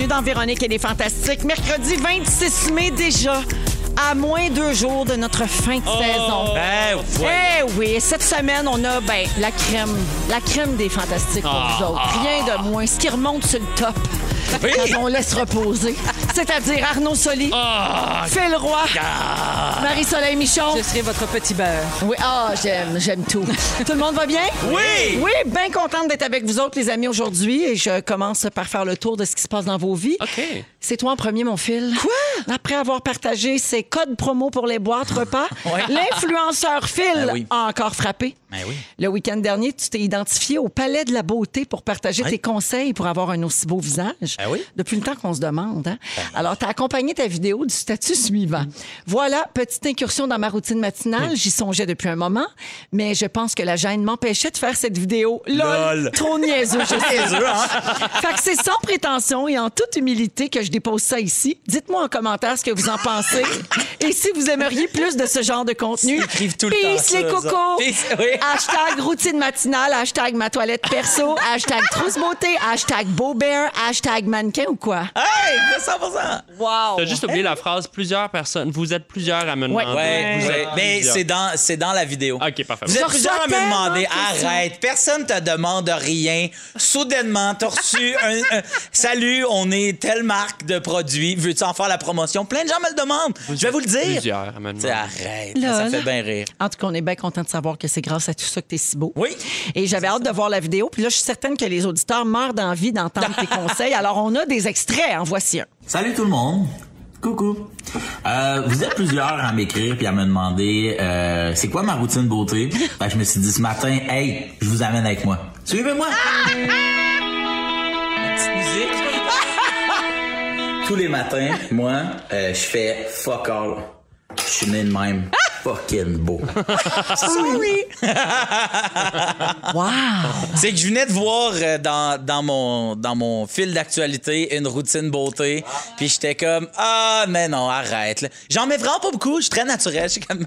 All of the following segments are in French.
dans Véronique et les Fantastiques. Mercredi 26 mai déjà, à moins 2 jours de notre fin de saison. Eh oui, cette semaine, on a la crème des Fantastiques pour vous autres. Rien de moins. Ce qui remonte sur le top. Oui. Quand on laisse reposer. C'est-à-dire Arnaud Soli, Phil Roy, Marie-Soleil Michon. Je serai votre petit beurre. Oui, j'aime tout. Tout le monde va bien? Oui! Oui, bien contente d'être avec vous autres, les amis, aujourd'hui. Et je commence par faire le tour de ce qui se passe dans vos vies. OK. C'est toi en premier, mon Phil. Quoi? Après avoir partagé ses codes promo pour les boîtes repas, l'influenceur Phil a encore frappé. Ben oui. Le week-end dernier, tu t'es identifié au Palais de la Beauté pour partager tes conseils pour avoir un aussi beau visage. Ben oui. Depuis le temps qu'on se demande. Hein? Alors, tu as accompagné ta vidéo du statut suivant. Voilà, petite incursion dans ma routine matinale. J'y songeais depuis un moment, mais je pense que la gêne m'empêchait de faire cette vidéo. Lol! Trop niaiseux, je sais. Fait que c'est sans prétention et en toute humilité que je dépose ça ici. Dites-moi en commentaire ce que vous en pensez et si vous aimeriez plus de ce genre de contenu. Ils écrivent tout le temps Peace ça, les cocos! Peace, oui. Hashtag routine matinale, hashtag ma toilette perso, hashtag trousse beauté, hashtag beau bear, hashtag mannequin ou quoi? Hey, 100%! Wow! T'as juste oublié la phrase plusieurs personnes. Vous êtes plusieurs à me demander. Ouais, Vous êtes mais plusieurs. c'est dans la vidéo. OK, parfait. Vous êtes Je plusieurs à me reçois demander. tellement de Arrête, personne te demande rien. Soudainement, t'as reçu un salut, on est telle marque de produits. Veux-tu en faire la promotion? Plein de gens me le demandent. Je vais vous le dire. Plusieurs à me demander. Arrête, Lol. ça fait bien rire. En tout cas, on est bien content de savoir que c'est grâce à tout ça que t'es si beau. Oui. Et j'avais hâte de voir la vidéo. Puis là, je suis certaine que les auditeurs meurent d'envie d'entendre tes conseils. Alors, on a des extraits. En voici un. Salut tout le monde. Coucou. Vous êtes plusieurs à m'écrire puis à me demander c'est quoi ma routine beauté. Fait que je me suis dit ce matin, hey, je vous amène avec moi. Suivez-moi. Petite musique. Tous les matins, moi, je fais fuck all. Je suis né de même. Fucking beau. Sorry. Wow! C'est que je venais de voir dans mon fil d'actualité une routine beauté. Puis j'étais comme, mais non, arrête. Là. J'en mets vraiment pas beaucoup. Je suis très naturel. Je suis comme,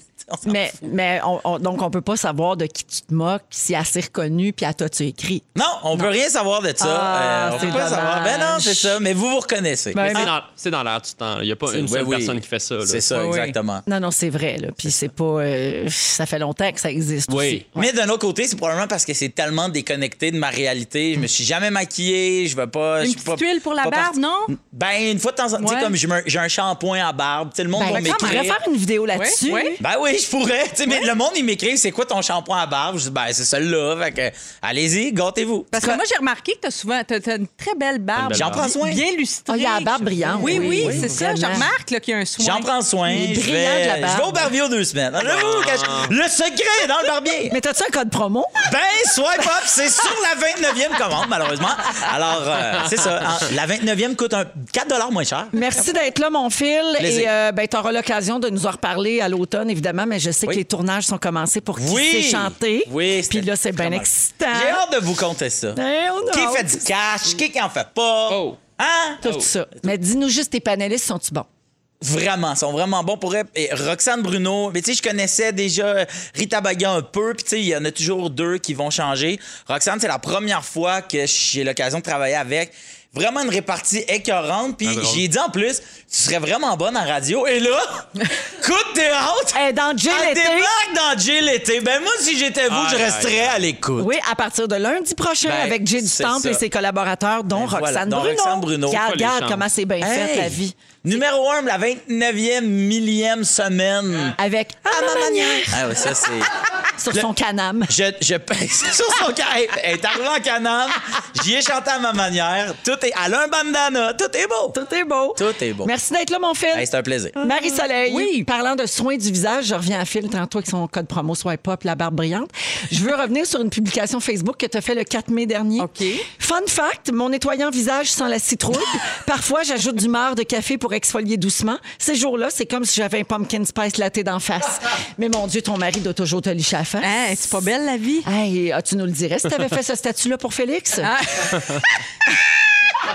Mais donc, on peut pas savoir de qui tu te moques, si elle s'est reconnue, puis à toi, tu écris. Non, on peut rien savoir de ça. On c'est peut pas savoir. Ben non, dommage. c'est ça. Mais vous reconnaissez. Ben, C'est dans l'air du temps. Il n'y a pas une seule personne qui fait ça. Là. C'est ça, Oui. exactement. Non, c'est vrai. Là. Puis c'est pas... ça fait longtemps que ça existe Oui. aussi. Mais d'un autre côté, c'est probablement parce que c'est tellement déconnecté de ma réalité. Je me suis jamais maquillé. Je vais pas. Une je suis petite huile pour la barbe, non? Ben, une fois de temps en temps, tu sais, Ouais. comme j'ai un shampoing à barbe. Tu sais, le monde va Ben, on m'écrire. pourrait faire une vidéo là-dessus. Oui. Ben oui, je pourrais. Tu sais, mais le monde, il m'écrit, c'est quoi ton shampoing à barbe? Je dis, ben, c'est celui-là. Fait que, allez-y, gâtez-vous. Parce que moi, j'ai remarqué que t'as une très belle barbe. Une belle J'en prends soin. Bien lustrée. Ah, il y a la barbe brillante. Oui, oui, Oui, c'est ça. Je vraiment. remarque là, qu'il y a un soin. J'en prends soin. Il est Je brillant de la barbe. je vais au barbier aux 2 semaines. J'avoue que le secret est dans le barbier. Mais t'as-tu un code promo? Ben, swipe up, c'est sur la 29e commande, malheureusement. Alors, c'est ça. La 29e coûte 4 $ moins cher. Merci d'être là, mon Phil. Plaisir. Et tu auras l'occasion de nous en reparler à l'automne, évidemment, mais je sais que les tournages sont commencés pour Qui Oui. sait chanter. Oui, Puis là, c'est bien vraiment- excitant. J'ai hâte de vous conter ça. On a Qui hâte. fait du cash? Qui en fait pas? Oh. Hein? Tout ça. Mais dis-nous juste, tes panélistes sont-ils bons? Vraiment, ils sont vraiment bons pour elle. Et Roxane Bruno, mais tu sais, je connaissais déjà Rita Baga un peu, puis tu sais, il y en a toujours 2 qui vont changer. Roxane, c'est la première fois que j'ai l'occasion de travailler avec. Vraiment une répartie écœurante, puis j'ai dit en plus, tu serais vraiment bonne en radio. Et là, coup de théâtre! Dans Jill Elle l'été. débarque dans Jill l'été. Ben moi, si j'étais vous, je resterais à l'écoute. Oui, à partir de lundi prochain, Ben, avec Jay du c'est Temple ça. et ses collaborateurs, dont Ben voilà, Roxane dont Bruno. Roxane Bruno. Regarde les chants. comment c'est bien fait, Hey! la vie. Numéro 1, la 29e millième semaine. Avec à ma manière. Ah oui, ça, c'est... Sur son canam. Je sur son elle est arrivée en Canam, j'y ai chanté à ma manière. Elle a un bandana, tout est beau. Tout est beau. Tout est beau. Merci d'être là, mon Phil. Hey, c'est un plaisir. Marie-Soleil, Oui. parlant de soins du visage, je reviens à Phil tantôt avec son code promo Swipe Up, la barbe brillante. Je veux revenir sur une publication Facebook que tu as fait le 4 mai dernier. OK. Fun fact, mon nettoyant visage sans la citrouille. Parfois, j'ajoute du marc de café pour exfolier doucement. Ces jours-là, c'est comme si j'avais un pumpkin spice latte d'en face. Mais mon Dieu, ton mari doit toujours te licher à la face. Hein, c'est pas belle, la vie? Hey, tu nous le dirais si tu avais fait ce statut-là pour Félix?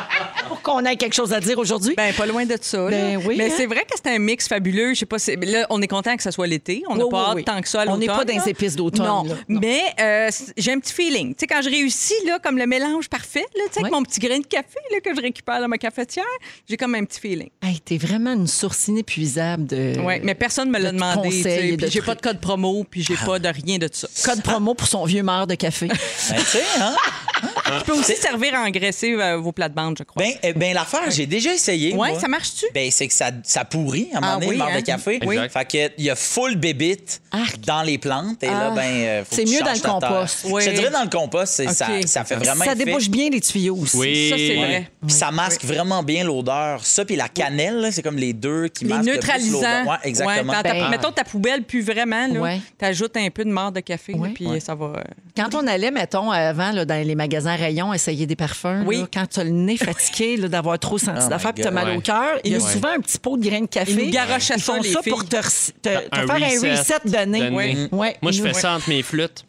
pour qu'on ait quelque chose à dire aujourd'hui. Ben, pas loin de ça. Ben là. oui, Mais hein? c'est vrai que c'est un mix fabuleux. Je sais pas, là, on est content que ce soit l'été. On n'a Oui, pas hâte oui. tant que ça à On l'automne. n'est pas dans là. les épices d'automne, Non. là. Non. Mais j'ai un petit feeling. Tu sais, quand je réussis, là, comme le mélange parfait, là, tu sais, Oui. avec mon petit grain de café là, que je récupère dans ma cafetière, j'ai comme un petit feeling. Hey, t'es vraiment une source inépuisable de Oui, mais personne ne me l'a de demandé. tu sais, conseils et de Puis j'ai pas trucs. de code promo, puis j'ai pas de rien de ça. code promo pour son vieux meurtre de café. Ben, tu sais, hein? Je peux aussi servir à engraisser vos plates-bandes, je crois. Ben, l'affaire, j'ai déjà essayé. Ouais, moi. ça marche-tu? Ben, c'est que ça pourrit à un moment donné, oui, le marc hein? de café. Oui. Fait que il y a full bébite Arc. dans les plantes. Et là, faut C'est que tu mieux dans changes le ta terre. compost. Oui. Je te dirais dans le compost, OK. ça fait vraiment Ça effet. débouche bien les tuyaux aussi. Oui. Ça, c'est vrai. Puis ça masque vraiment bien l'odeur. Ça, puis la cannelle, là, c'est comme les deux qui Les masquent le plus neutralisants. l'odeur. Ouais, exactement. Ouais, mettons ta poubelle pue vraiment, là, Ouais. t'ajoutes un peu de marc de café, là, Ouais. puis ça va... Quand on allait, mettons, avant, là, dans les magasins rayons, essayer des parfums, Oui. là, quand tu as le nez fatigué là, d'avoir trop senti Oh d'affaires my et tu as God. mal au Ouais. cœur, il y a Ouais. souvent un petit pot de grains de café. Ils nous garochent à Ils ça, font les ça filles. pour te faire Un un reset de nez. de nez. Ouais. Moi, je fais Ouais. ça entre mes flûtes.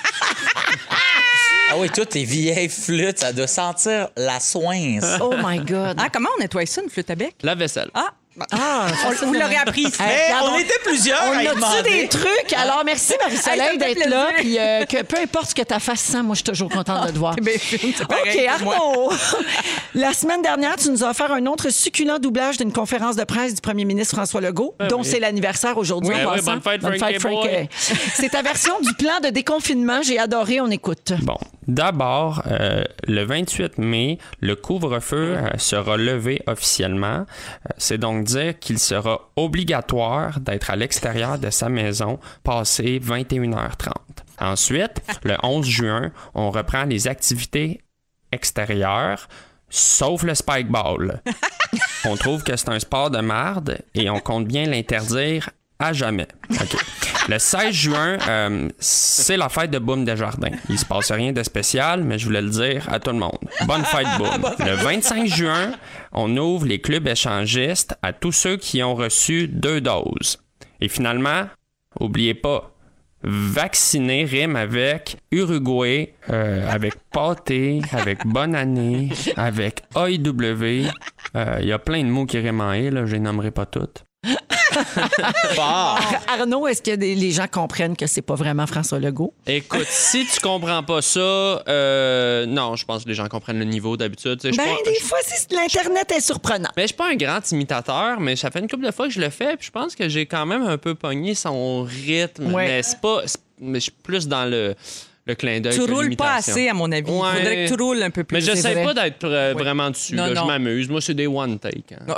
Ah oui, toutes tes vieilles flûtes, ça doit sentir la soince. Oh my God. Ah, comment on nettoie ça, une flûte à bec? La vaisselle. Ah, Ah, vous l'aurez appris ici. Hey, Mais regarde, on était plusieurs On à y a-tu demander. des trucs? Alors, merci Hey, ça Marie-Soleil me fait d'être là. plaisir. Puis que peu importe ce que ta face sent, moi, je suis toujours contente de te voir. C'est bien fine, c'est pareil OK, pour moi. Arnaud. La semaine dernière, tu nous as offert un autre succulent doublage d'une conférence de presse du premier ministre François Legault, dont oui. c'est l'anniversaire aujourd'hui. Oui, en oui, passant. bonne fête, Frankie boy. C'est ta version du plan de déconfinement. J'ai adoré. On écoute. Bon, d'abord, le 28 mai, le couvre-feu sera levé officiellement. C'est donc dire qu'il sera obligatoire d'être à l'extérieur de sa maison passé 21h30. Ensuite, le 11 juin, on reprend les activités extérieures, sauf le spikeball. On trouve que c'est un sport de marde et on compte bien l'interdire à jamais. OK. Le 16 juin, c'est la fête de Boum Desjardins. Il se passe rien de spécial, mais je voulais le dire à tout le monde. Bonne fête, Boum. Le 25 juin, on ouvre les clubs échangistes à tous ceux qui ont reçu 2 doses. Et finalement, oubliez pas, vacciner rime avec Uruguay, avec pâté, avec bonne année, avec AIW. Il y a plein de mots qui riment en « et », là, je les nommerai pas toutes. Fort. Arnaud, est-ce que les gens comprennent que c'est pas vraiment François Legault? Écoute, si tu comprends pas ça, non, je pense que les gens comprennent le niveau d'habitude. Tu sais, je Ben, suis pas- des fois, l'Internet est surprenant. Mais je suis pas un grand imitateur, mais ça fait une couple de fois que je le fais, puis je pense que j'ai quand même un peu pogné son rythme. Ouais. Mais c'est pas. Mais je suis plus dans le clin d'œil. Tu que roules pas l'imitation. assez, à mon avis. Il Ouais. faudrait que tu roules un peu plus. Mais je c'est sais vrai. pas d'être vraiment dessus. Non, là, non. Je m'amuse. Moi, c'est des one take. Hein.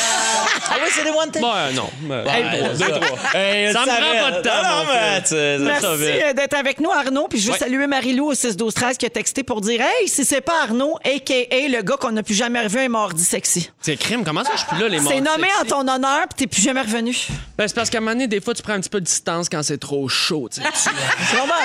Ah oui, c'est des one take. Ouais, non. Deux, trois. Hey, Ça me tu prend savais. pas de temps, Non, mon mais Phil. Merci ça vite. d'être avec nous, Arnaud. Puis je veux Ouais. saluer Marie-Lou au 6-12-13 qui a texté pour dire « Hey, si c'est pas Arnaud, a.k.a. le gars qu'on n'a plus jamais revu un mardi sexy. C'est crime. Comment ça, je suis plus là, les » C'est mardis nommé en sexy? ton honneur puis t'es plus jamais revenu. Ben, c'est parce qu'à un moment donné, des fois, tu prends un petit peu de distance quand c'est trop chaud. Tu sais. C'est normal.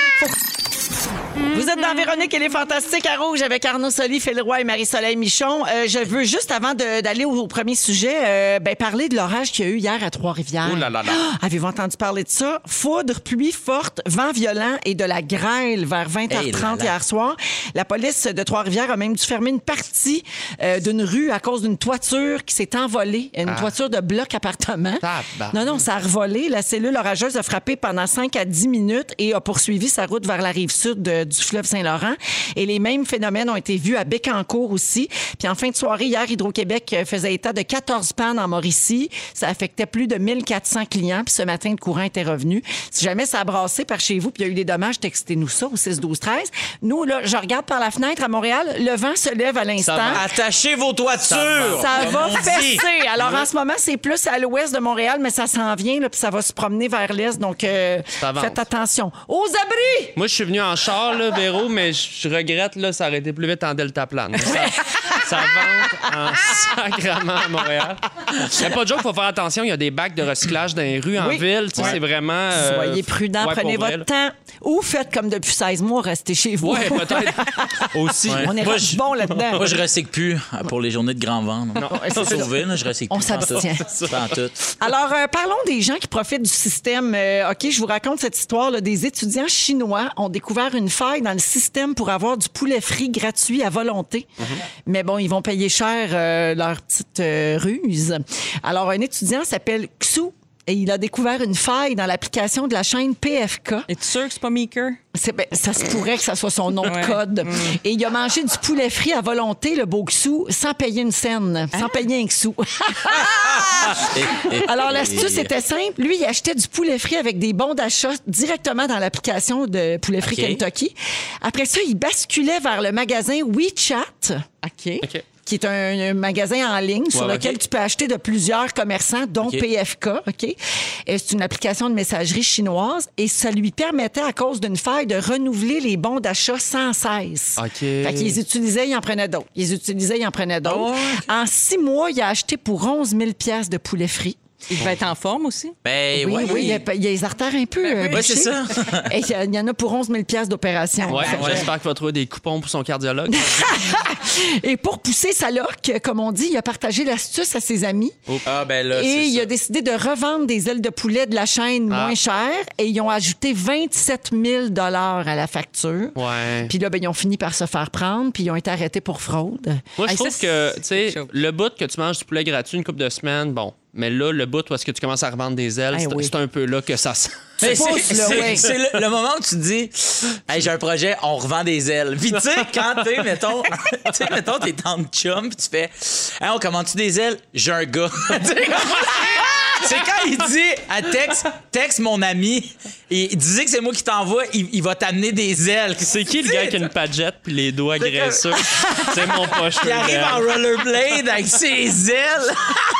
Vous êtes dans Véronique et les Fantastiques à Rouge avec Arnaud Soli, Phil Roy et Marie-Soleil Michon. Je veux juste, avant d'aller au premier sujet, parler de l'orage qu'il y a eu hier à Trois-Rivières. Oh là là là. Avez-vous entendu parler de ça? Foudre, pluie forte, vent violent et de la grêle vers 20h30 Hey là là. hier soir. La police de Trois-Rivières a même dû fermer une partie d'une rue à cause d'une toiture qui s'est envolée. Une toiture de bloc appartement. Tabarnak. Non, ça a revolé. La cellule orageuse a frappé pendant 5 à 10 minutes et a poursuivi sa route vers la rive sud du fleuve Saint-Laurent. Et les mêmes phénomènes ont été vus à Bécancour aussi. Puis en fin de soirée, hier, Hydro-Québec faisait état de 14 pannes en Mauricie. Ça affectait plus de 1400 clients. Puis ce matin, le courant était revenu. Si jamais ça a brassé par chez vous puis il y a eu des dommages, textez-nous ça au 6-12-13. Nous, là, je regarde par la fenêtre à Montréal, le vent se lève à l'instant. Attachez vos toitures. Ça comme va on dit. fesser. Alors, en ce moment, c'est plus à l'ouest de Montréal, mais ça s'en vient, là, puis ça va se promener vers l'est. Donc, avance. faites attention. Aux abris! Moi, je suis venu en char, là, Véro, mais je regrette, là, ça aurait été plus vite en deltaplane. Ça vente en sacrament à Montréal. Il n'y a pas de joke, il faut faire attention. Il y a des bacs de recyclage dans les rues en Oui. ville. Tu sais, c'est vraiment... Soyez prudents, ouais, prenez pour vrai, votre temps. Ou faites comme depuis 16 mois, restez chez vous. Ouais, peut-être. Aussi. On est Moi, rendu je- bon là-dedans. Moi, je recycle plus pour les journées de grand vent. Non, c'est ça. sauvé, là, je recycle On plus. s'abstient. Pas en tout. Alors, parlons des gens qui profitent du système. OK, je vous raconte cette histoire. Là. Des étudiants chinois ont découvert une faille dans le système pour avoir du poulet frit gratuit à volonté. Mais bon, ils vont payer cher leur petite ruse. Alors, un étudiant s'appelle Xu. Et il a découvert une faille dans l'application de la chaîne PFK. Es-tu sûr que c'est pas Meeker? Ça se pourrait que ça soit son nom de Ouais. code. Et il a mangé du poulet frit à volonté, le beau Xu, sans payer une scène, sans payer un Xu. Alors, l'astuce était simple. Lui, il achetait du poulet frit avec des bons d'achat directement dans l'application de poulet frit OK. Kentucky. Après ça, il basculait vers le magasin WeChat. OK. OK. Qui est un magasin en ligne sur Ouais, lequel OK. tu peux acheter de plusieurs commerçants, dont OK. PFK. OK? Et c'est une application de messagerie chinoise et ça lui permettait, à cause d'une faille, de renouveler les bons d'achat sans cesse. OK. Fait qu'ils utilisaient, ils en prenaient d'autres. Ils utilisaient, ils en prenaient d'autres. Oh. En 6 mois, il a acheté pour 11 000 $ de poulet frit. Il devait être en forme aussi. Ben Oui, ouais, oui, il y a les artères un peu Ouais, c'est bouchées. ça. Et il y en a pour 11 000 $ d'opération. Ouais, Ouais. j'espère qu'il va trouver des coupons pour son cardiologue. Et pour pousser sa loque, comme on dit, il a partagé l'astuce à ses amis. Ah, ben là, Et c'est il ça. a décidé de revendre des ailes de poulet de la chaîne moins chères et ils ont ajouté 27 000 $ à la facture. Ouais. Puis là, ben, ils ont fini par se faire prendre puis ils ont été arrêtés pour fraude. Moi, je Hey, trouve ça, que, tu sais, c'est chaud. le bout que tu manges du poulet gratuit une couple de semaines, bon. Mais là, le bout où est-ce que tu commences à revendre des ailes, Eh oui. c'est un peu là que ça sent. Mais pousse, là, ouais. c'est le moment où tu te dis, hey, j'ai un projet, on revend des ailes. Puis tu sais, quand t'es, mettons, t'es en chum, puis tu fais, hey, on commande-tu des ailes? J'ai un gars. Tu sais, c'est quand il dit à texte mon ami, et il disait que c'est moi qui t'envoie, il va t'amener des ailes. C'est qui le gars qui a une padjette puis les doigts graisseux? C'est mon poche. Il arrive en rollerblade avec ses ailes.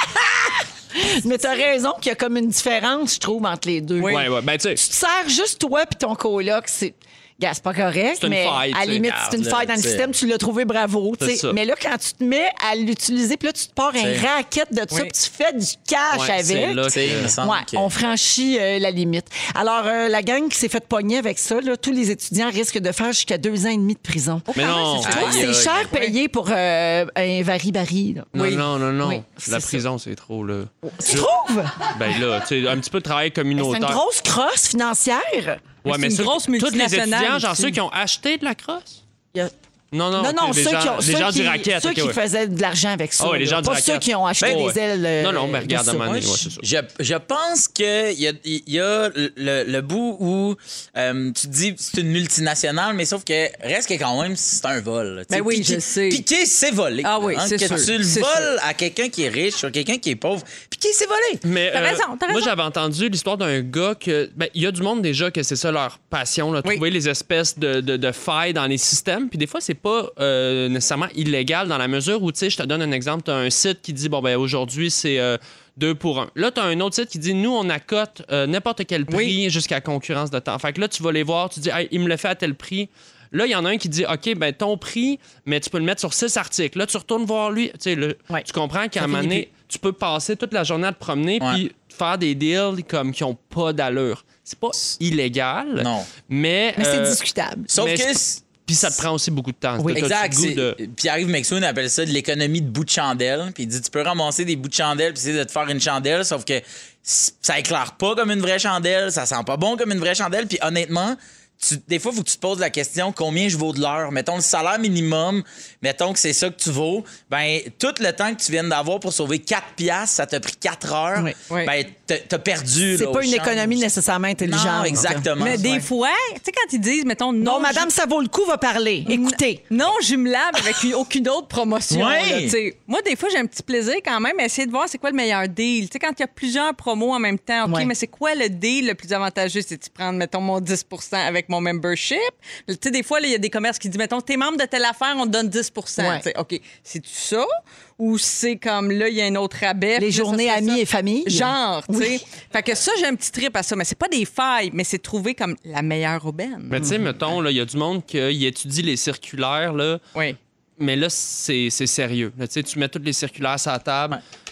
Mais t'as raison qu'il y a comme une différence, je trouve, entre les deux. Ouais, ouais. Ben, tu sais, Tu te sers juste toi puis ton coloc, Gars, c'est pas correct, C'est une mais faille, à la tu sais, limite, c'est une regarde, faille dans le tu sais. système, tu l'as trouvé, bravo. tu sais. C'est ça. Mais là, quand tu te mets à l'utiliser, puis là, tu te pars un C'est- racket de ça, Oui. puis tu fais du cash ouais, c'est avec. là Tu sais, il me que... semble Ouais, que- on franchit la limite. Alors, la gang qui s'est fait pogner avec ça, là, tous les étudiants risquent de faire jusqu'à 2 ans et demi de prison. Mais non, Tu vois, Aïe, c'est aïe. cher payé pour un vari-bari. là. non, non, non, non. Oui, La c'est prison, c'est trop, là. Tu trouves? Ben là, tu sais, un petit peu de travail C'est communautaire. une grosse crosse financière. Ouais, c'est une ça, grosse tous les multinationale étudiants, genre aussi. ceux qui ont acheté de la crosse? Il y a- Non, Non, non, des ceux qui ont, des ceux gens qui, du racket. ceux ok, qui ouais. faisaient de l'argent avec ça. Ah ouais, les là. gens du Pas racket. ceux qui ont acheté Ben, des ailes. Non, non, mais de regarde, ça. à un moment donné, Moi, ouais, c'est ça. je pense qu'il y a le bout où tu te dis c'est une multinationale, mais sauf que reste que quand même, c'est un vol. là. Tu sais, Ben oui, piquer- je sais. Piquer, c'est voler. Ah oui, c'est que sûr, tu le c'est voles à quelqu'un qui est riche ou à quelqu'un qui est pauvre, piquer, c'est voler. Mais T'as raison, t'as moi, raison. j'avais entendu l'histoire d'un gars que. Ben, il y a du monde déjà que c'est ça leur passion, là, Oui. trouver les espèces de failles dans les systèmes. Puis des fois, c'est pas nécessairement illégal dans la mesure où, tu sais, je te donne un exemple, tu as un site qui dit, bon, ben aujourd'hui, c'est 2 pour 1. Là, tu as un autre site qui dit, nous, on accote n'importe quel prix jusqu'à concurrence de temps. Fait que là, tu vas les voir, tu dis, hey, il me le fait à tel prix. Là, il y en a un qui dit, OK, ben ton prix, mais tu peux le mettre sur 6 articles. Là, tu retournes voir lui. Tu sais, Ouais. tu comprends qu'à Ça un moment finit donné, tu peux passer toute la journée à te promener Ouais. puis faire des deals comme qui ont pas d'allure. C'est pas illégal. Non. Mais, Mais c'est discutable. Sauf mais que c'est- puis ça te prend aussi beaucoup de temps. Oui. T'as-tu exact. le goût de- Pierre-Yves Mexoun appelle ça de l'économie de bout de chandelle. Puis il dit tu peux ramasser des bouts de chandelle puis essayer de te faire une chandelle, sauf que ça éclaire pas comme une vraie chandelle, ça sent pas bon comme une vraie chandelle. Puis honnêtement, des fois, il faut que tu te poses la question combien je vaux de l'heure. Mettons le salaire minimum, mettons que c'est ça que tu vaux. Ben, tout le temps que tu viens d'avoir pour sauver 4 piastres, ça t'a pris 4 heures. Oui. Oui. Ben, t'as perdu. C'est là, pas au une change. économie nécessairement intelligente. Non, exactement. Mais des Ouais. fois, tu sais, quand ils disent, mettons, non, Non, madame, ça vaut le coup, va parler. Écoutez. non jumelable avec aucune autre promotion. Ouais. là, tu sais. Moi, des fois, j'ai un petit plaisir quand même à essayer de voir c'est quoi le meilleur deal. Tu sais, quand il y a plusieurs promos en même temps, OK, Ouais. mais c'est quoi le deal le plus avantageux? C'est-tu prendre, mettons, mon 10 avec mon membership? Tu sais, des fois, il y a des commerces qui disent, mettons, t'es membre de telle affaire, on te donne 10 Ouais. Tu sais, OK, c'est-tu ça? Ou c'est comme là, il y a un autre rabais? Les puis là, journées ça serait amis ça. et famille. Genre, tu sais. Oui. Fait que ça, j'ai un petit trip à ça. Mais c'est pas des failles, mais c'est trouver comme la meilleure aubaine. Mais tu sais, mettons, il y a du monde qui étudie les circulaires, là, Oui. mais là, c'est sérieux. Là, tu sais, tu mets toutes les circulaires sur la table.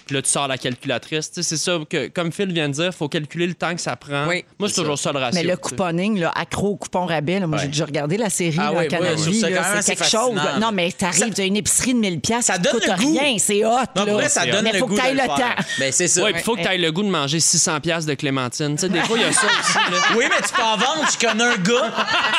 Puis là, tu sors la calculatrice. Tu sais, c'est ça que, comme Phil vient de dire, il faut calculer le temps que ça prend. Oui. Moi, c'est toujours ça le ratio. Mais le tu sais. couponing, là, accro au coupon rabais, là, moi, j'ai déjà regardé la série Ah là, oui, à Canal oui, Vie, c'est là, quand même c'est assez quelque chose. fascinant. Non, mais t'arrives, t'as une épicerie de 1000 pièces, Ça donne coûte le goût. rien, c'est hot. Non, là. pour vrai, ça donne mais le faut goût que de t'ailles le le faire. temps. Ben, c'est ça. Oui, puis il faut que tu ailles le goût de manger 600 pièces de clémentine. Tu sais, des fois, il y a ça aussi. Là. Oui, mais tu peux en vendre. Je connais un gars.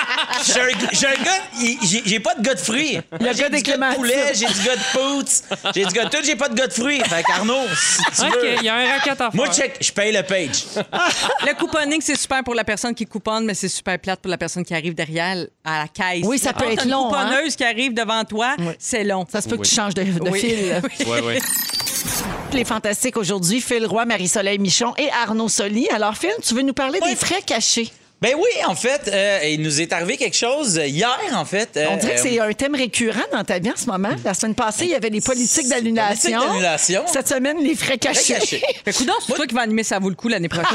J'ai un gars. J'ai pas de gars de fruits. Le J'ai gars du des gars de clémentines. poulet, j'ai du gars de poutres, j'ai du gars de tout, j'ai pas de gars de fruits. Fait qu'Arnaud, si tu OK, veux. il y a un racket à faire. Moi, check, je paye le page. Le couponing, c'est super pour la personne qui couponne, mais c'est super plate pour la personne qui arrive derrière à la caisse. Oui, ça peut Quand être t'as une long, hein? couponneuse qui arrive devant toi, c'est long. Ça se peut que tu changes de Oui. fil. Oui, oui. Les fantastiques aujourd'hui, Phil Roy, Marie-Soleil Michon et Arnaud Soli. Alors, Phil, tu veux nous parler des frais cachés? Ben oui, en fait, il nous est arrivé quelque chose hier, en fait. On dirait que c'est un thème récurrent dans ta vie en ce moment. La semaine passée, il y avait des politiques d'annulation. Politiques d'annulation. Cette semaine, les frais cachés. Caché. Fait coudonc, c'est toi qui vas animer Ça vaut le coup l'année prochaine.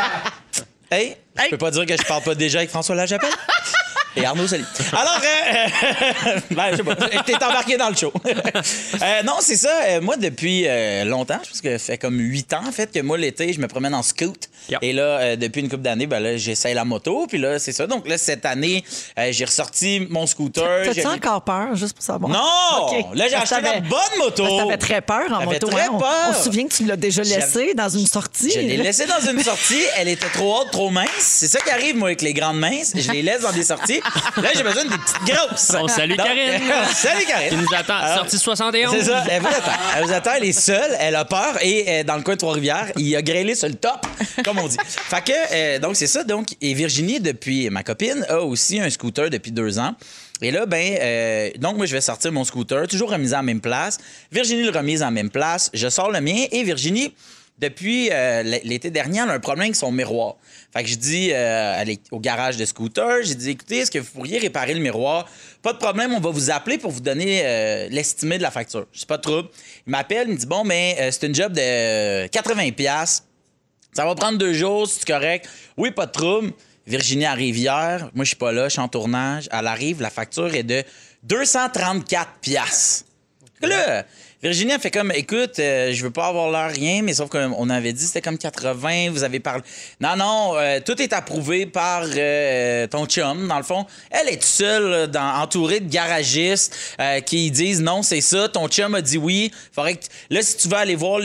Hey, je peux pas dire que je parle pas déjà avec François Lachapelle? Et Arnaud Soli. Alors, ben, je sais pas, t'es embarqué dans le show. Non, c'est ça. Moi, depuis longtemps, je pense que ça fait comme 8 ans, en fait, que moi, l'été, je me promène en scoot. Yep. Et là, depuis une couple d'années, ben là, j'essaye la moto. Puis là, c'est ça. Donc là, cette année, j'ai ressorti mon scooter. T'as-tu J'ai mis- encore peur, juste pour savoir? Non! OK. Là, j'ai Parce que acheté la t'avais- bonne moto. parce que T'avais très peur en J'avais moto. très hein? peur. On se souvient que tu l'as déjà laissé dans une sortie. Je l'ai laissé dans une sortie. Elle était trop haute, trop mince. C'est ça qui arrive, moi, avec les grandes minces. Je les laisse dans des sorties. Là, j'ai besoin des petites grosses. On salue Donc- Karine. Salut, Karine. Qui nous attend. Alors, Sortie 71. C'est ça. Elle vous attend. Elle est seule. Elle a peur. Et dans le coin de Trois-Rivières, il a grêlé sur le top, comme on dit. Fait que, donc, c'est ça. Donc, et Virginie, depuis ma copine, a aussi un scooter depuis 2 ans. Et là, donc, moi, je vais sortir mon scooter, toujours remisé à la même place. Virginie le remise à la même place. Je sors le mien. Et Virginie, depuis l'été dernier, elle a un problème avec son miroir. Fait que je dis, elle est au garage de scooter, j'ai dit, écoutez, est-ce que vous pourriez réparer le miroir? Pas de problème, on va vous appeler pour vous donner l'estimé de la facture. Je dis, pas de trouble. Il m'appelle, il me dit, bon, mais c'est une job de 80$. Ça va prendre 2 jours, c'est correct. Oui, pas de trouble. Virginie arrive hier. Moi, je suis pas là, je suis en tournage. Elle arrive, la facture est de 234$. Là, Virginie a fait comme, écoute, je veux pas avoir l'air rien, mais sauf qu'on avait dit c'était comme 80, vous avez parlé. Non, tout est approuvé par ton chum, dans le fond. Elle est toute seule, entourée de garagistes qui disent non, c'est ça. Ton chum a dit oui. Faudrait que là, si tu veux aller voir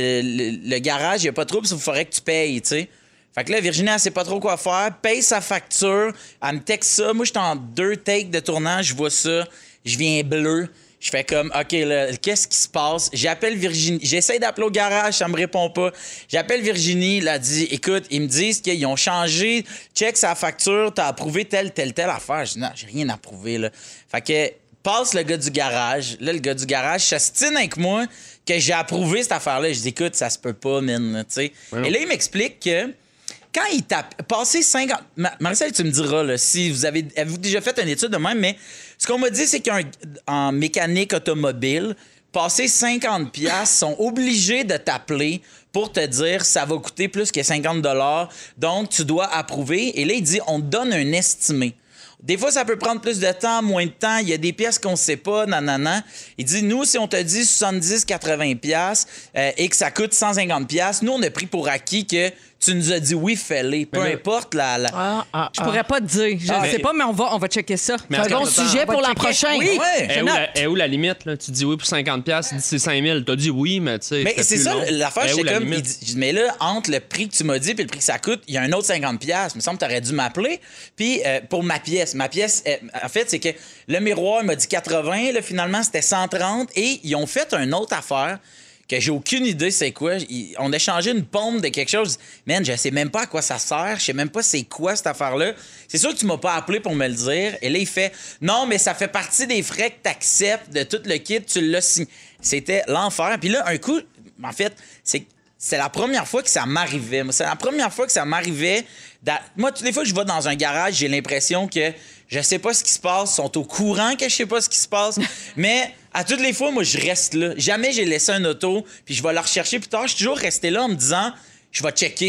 le garage, il n'y a pas de trouble, il faudrait que tu payes, tu sais. Fait que là, Virginie, elle sait pas trop quoi faire, paye sa facture, elle me texte ça. Moi, j'étais en 2 takes de tournage, je vois ça, je viens bleu. Je fais comme, OK, là, qu'est-ce qui se passe? J'appelle Virginie. J'essaie d'appeler au garage, ça me répond pas. J'appelle Virginie, elle a dit, écoute, ils me disent qu'ils ont changé, check sa facture, t'as approuvé telle affaire. Je dis, non, j'ai rien approuvé, là. Fait que, passe le gars du garage. Là, le gars du garage s'astine avec moi que j'ai approuvé cette affaire-là. Je dis, écoute, ça se peut pas, man, tu sais. Et là, il m'explique que quand il tape, passé 50... Marie-Soleil, tu me diras, là, si vous avez-vous déjà fait une étude de même, mais ce qu'on m'a dit, c'est qu'en mécanique automobile, passer 50$, sont obligés de t'appeler pour te dire ça va coûter plus que 50$, donc tu dois approuver. Et là, il dit, on te donne un estimé. Des fois, ça peut prendre plus de temps, moins de temps. Il y a des pièces qu'on ne sait pas, nanana. Il dit, nous, si on te dit 70-80$ et que ça coûte 150$, nous, on a pris pour acquis que tu nous as dit oui, fais-les. Peu importe la... Je pourrais pas te dire. Je ne sais pas, mais on va checker ça. Mais C'est un bon attends, sujet on va pour l'an checker. prochain. Oui. Ouais. Est où la limite? Là? Tu dis oui pour 50$, tu dis c'est 5000$. T'as dit oui, mais tu sais. Mais c'était c'est plus ça, long. l'affaire, Est où c'est la comme... limite? il dit, mais là, entre le prix que tu m'as dit et le prix que ça coûte, il y a un autre 50$. Il me semble que tu aurais dû m'appeler. Puis pour ma pièce, en fait, c'est que le miroir, il m'a dit 80. Là, finalement, c'était 130. Et ils ont fait une autre affaire que j'ai aucune idée c'est quoi. On a changé une pompe de quelque chose. Man, je sais même pas à quoi ça sert. Je sais même pas c'est quoi cette affaire-là. C'est sûr que tu m'as pas appelé pour me le dire. Et là, il fait non, mais ça fait partie des frais que tu acceptes de tout le kit. Tu l'as signé. C'était l'enfer. Puis là, un coup, en fait, c'est la première fois que ça m'arrivait. C'est la première fois que ça m'arrivait. Moi, toutes les fois que je vais dans un garage, j'ai l'impression que je sais pas ce qui se passe. Ils sont au courant que je sais pas ce qui se passe. Mais à toutes les fois, moi, je reste là. Jamais j'ai laissé un auto, puis je vais le rechercher plus tard. Je suis toujours resté là en me disant, je vais checker.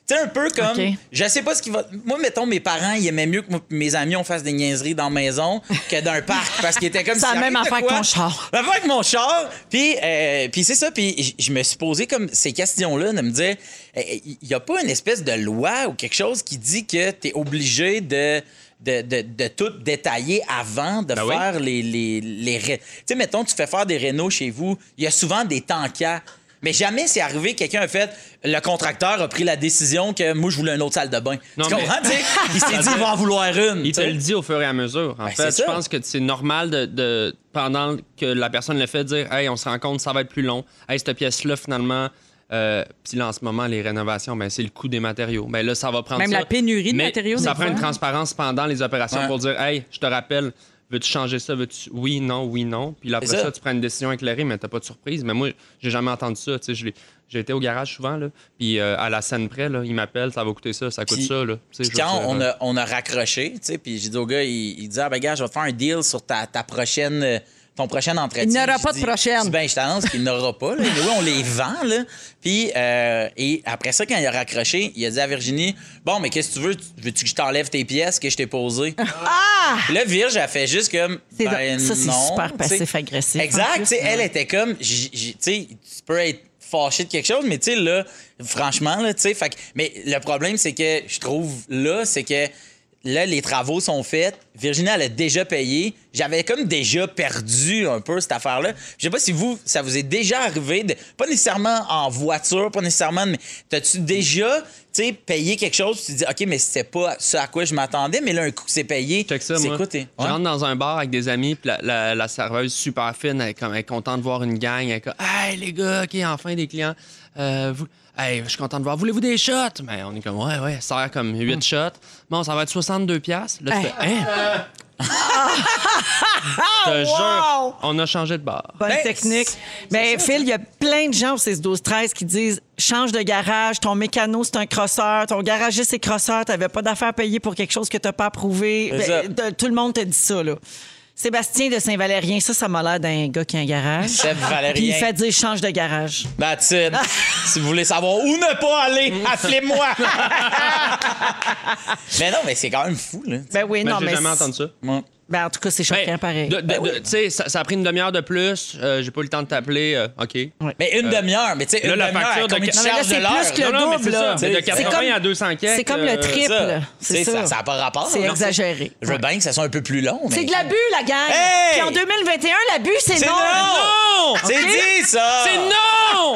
sais, un peu comme... OK. Je sais pas ce qui va... Moi, mettons, mes parents, ils aimaient mieux que mes amis, on fasse des niaiseries dans la maison que dans un parc, parce qu'ils étaient comme... C'est la s'il même arrive de affaire que quoi- ton char. La même affaire avec mon char. Puis c'est ça, puis je me suis posé comme ces questions-là, de me dire, il y a pas une espèce de loi ou quelque chose qui dit que t'es obligé de tout détailler avant de oui. faire les tu sais, mettons, tu fais faire des rénaux chez vous, il y a souvent des tankers. Mais jamais c'est arrivé, quelqu'un a fait, le contracteur a pris la décision que moi, je voulais une autre salle de bain. Non, tu comprends, tu sais? Il s'est dit, il va en vouloir une. Il tu te sais. le dit au fur et à mesure. En Ben, fait, c'est je ça. pense que c'est normal de pendant que la personne le fait, dire hey, on se rend compte, ça va être plus long. Hey, cette pièce-là, finalement. Puis là, en ce moment, les rénovations, ben, c'est le coût des matériaux. Ben, là, ça va prendre Même ça. la pénurie de Mais matériaux, Ça des prend fois. une transparence pendant les opérations Ouais. pour dire hey, je te rappelle, veux-tu changer ça? Veux-tu... Oui, non. Puis là, après C'est ça. ça, tu prends une décision éclairée, mais t'as pas de surprise. Mais moi, j'ai jamais entendu ça. Tu sais, j'ai été au garage souvent, là, puis à la scène près, là, il m'appelle, ça va coûter ça, ça coûte Puis- ça. Là. Tu sais, Puis je veux quand dire, on a raccroché, tu sais, puis j'ai dit au gars, il dit, ah ben gars, je vais te faire un deal sur ta prochaine... ton prochain entretien. Il n'y aura J'ai pas de dit- prochaine. Je dis, ben, je t'annonce qu'il n'y en aura pas. Là. Mais oui, on les vend. Là. Puis, et après ça, quand il a raccroché, il a dit à Virginie, bon, mais qu'est-ce que tu veux? Veux-tu que je t'enlève tes pièces que je t'ai posées? Puis là, Virge, elle fait juste comme, ben Ça, c'est non. super tu sais. passif-agressif. en Exact. plus. Tu sais, elle était comme, tu sais, tu peux être fâché de quelque chose, mais tu sais, là, franchement, là, tu sais, fait que- mais le problème, c'est que je trouve, là, c'est que là, les travaux sont faits. Virginie, elle a déjà payé. J'avais comme déjà perdu un peu cette affaire-là. Je sais pas si ça vous est déjà arrivé, pas nécessairement en voiture, pas nécessairement, mais t'as-tu déjà, tu sais, payé quelque chose, tu te dis, OK, mais c'était pas ce à quoi je m'attendais, mais là, un coup que c'est payé, Check ça, c'est moi. quoi, t'es... Je Ouais. rentre dans un bar avec des amis, puis la serveuse super fine, elle est contente de voir une gang. Elle est comme, hey, les gars, OK, enfin des clients. Hey, je suis content de voir. Voulez-vous des shots? Mais on est comme, ouais, ça sert comme 8 shots. Bon, ça va être 62$. Là, tu fais, hein? Je te jure, on a changé de bar. Bonne Ben, technique. c'est Mais ça, Phil, il y a plein de gens au 6-12-13 qui disent change de garage, ton mécano, c'est un crosseur, ton garagiste, c'est crosseur, t'avais pas d'affaires payées pour quelque chose que t'as pas approuvé. C'est ça. Tout le monde te dit ça, là. Sébastien de Saint-Valérien, ça m'a l'air d'un gars qui a un garage. Chef Valérien. Puis il fait dire change de garage. That's it. Si vous voulez savoir où ne pas aller, appelez-moi. Mais non, mais c'est quand même fou, là. Ben oui, Mais non, j'ai mais. jamais entendu ça. Ouais. Ben, en tout cas, c'est choquant, Ben, pareil. Tu sais, ça a pris une demi-heure de plus. J'ai pas eu le temps de t'appeler. OK. Mais une demi-heure, mais tu sais, là, une la demi-heure, facture de combien tu Non, mais là, charges de c'est l'heure? plus que le Non, mais double, c'est ça. là. C'est de C'est 80 comme- à 200 quelques. C'est comme le triple. Ça. C'est Ça ça. n'a pas rapport. C'est là. exagéré. Je veux bien que ça soit un peu plus long. C'est mais- de l'abus, la gang. Hey! Puis en 2021, l'abus, c'est C'est non. non! C'est dit, ça! C'est non!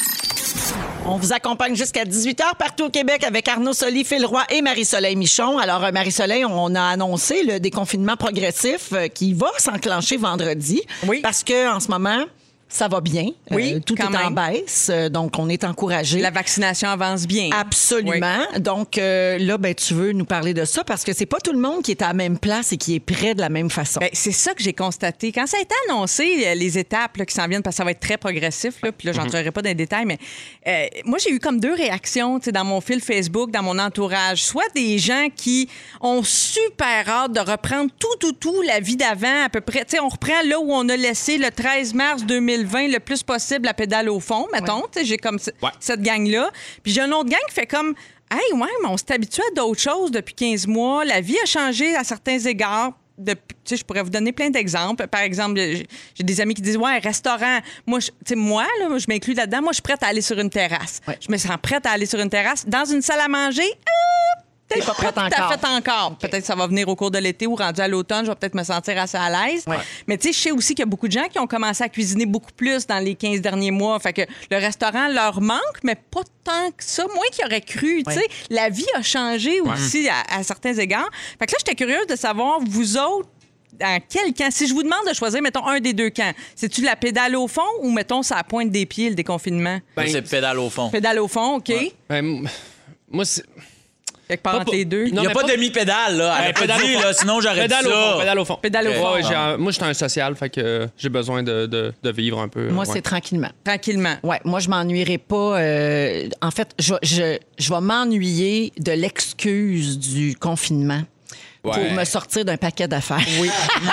On vous accompagne jusqu'à 18h partout au Québec avec Arnaud Soli, Phil Roy et Marie-Soleil Michon. Alors, Marie-Soleil, on a annoncé le déconfinement progressif qui va s'enclencher vendredi. Oui. Parce que en ce moment, ça va bien. Oui, tout quand est en même. baisse. Donc, on est encouragé. La vaccination avance bien. Absolument. Donc, là, ben, tu veux nous parler de ça parce que c'est pas tout le monde qui est à la même place et qui est prêt de la même façon. Ben, c'est ça que j'ai constaté. Quand ça a été annoncé, les étapes là, qui s'en viennent, parce que ça va être très progressif, là, puis là, j'entrerai pas dans les détails, mais moi, j'ai eu comme deux réactions tu sais, dans mon fil Facebook, dans mon entourage. Soit des gens qui ont super hâte de reprendre tout la vie d'avant, à peu près. Tu sais, on reprend là où on a laissé le 13 mars 2020 le plus possible la pédale au fond, mettons. Tu sais, j'ai comme cette gang-là. Puis j'ai une autre gang qui fait comme... Hey, ouais, mais on s'est habitué à d'autres choses depuis 15 mois. La vie a changé à certains égards. Tu sais, je pourrais vous donner plein d'exemples. Par exemple, j'ai des amis qui disent ouais, restaurant. Moi, là, je m'inclus là-dedans. Moi, je suis prête à aller sur une terrasse. Ouais. Je me sens prête à aller sur une terrasse. Dans une salle à manger, peut-être pas prête tout à encore. fait encore. Peut-être que ça va venir au cours de l'été ou rendu à l'automne, je vais peut-être me sentir assez à l'aise. Ouais. Mais tu sais, je sais aussi qu'il y a beaucoup de gens qui ont commencé à cuisiner beaucoup plus dans les 15 derniers mois. Fait que le restaurant leur manque, mais pas tant que ça. Moins qu'ils auraient cru. Tu sais, la vie a changé aussi à certains égards. Fait que là, j'étais curieuse de savoir, vous autres, dans quel camp? Si je vous demande de choisir, mettons, un des deux camps, c'est-tu la pédale au fond ou, mettons, ça pointe des pieds, le déconfinement? Moi, c'est pédale au fond. Pédale au fond, OK. Ben, moi, c'est. Quelque part entre les deux. Il n'y a mais pas de demi-pédale, là. Elle a pas pédale dit, au fond. là, sinon j'aurais dit Pédale au ça. fond, pédale au fond. Pédale au fond. Ouais, moi, je suis un social, fait que j'ai besoin de vivre un peu. Moi, ouais. c'est tranquillement. Tranquillement. Ouais, moi, je m'ennuierai pas. En fait, je vais m'ennuyer de l'excuse du confinement pour Ouais. me sortir d'un paquet d'affaires. Oui.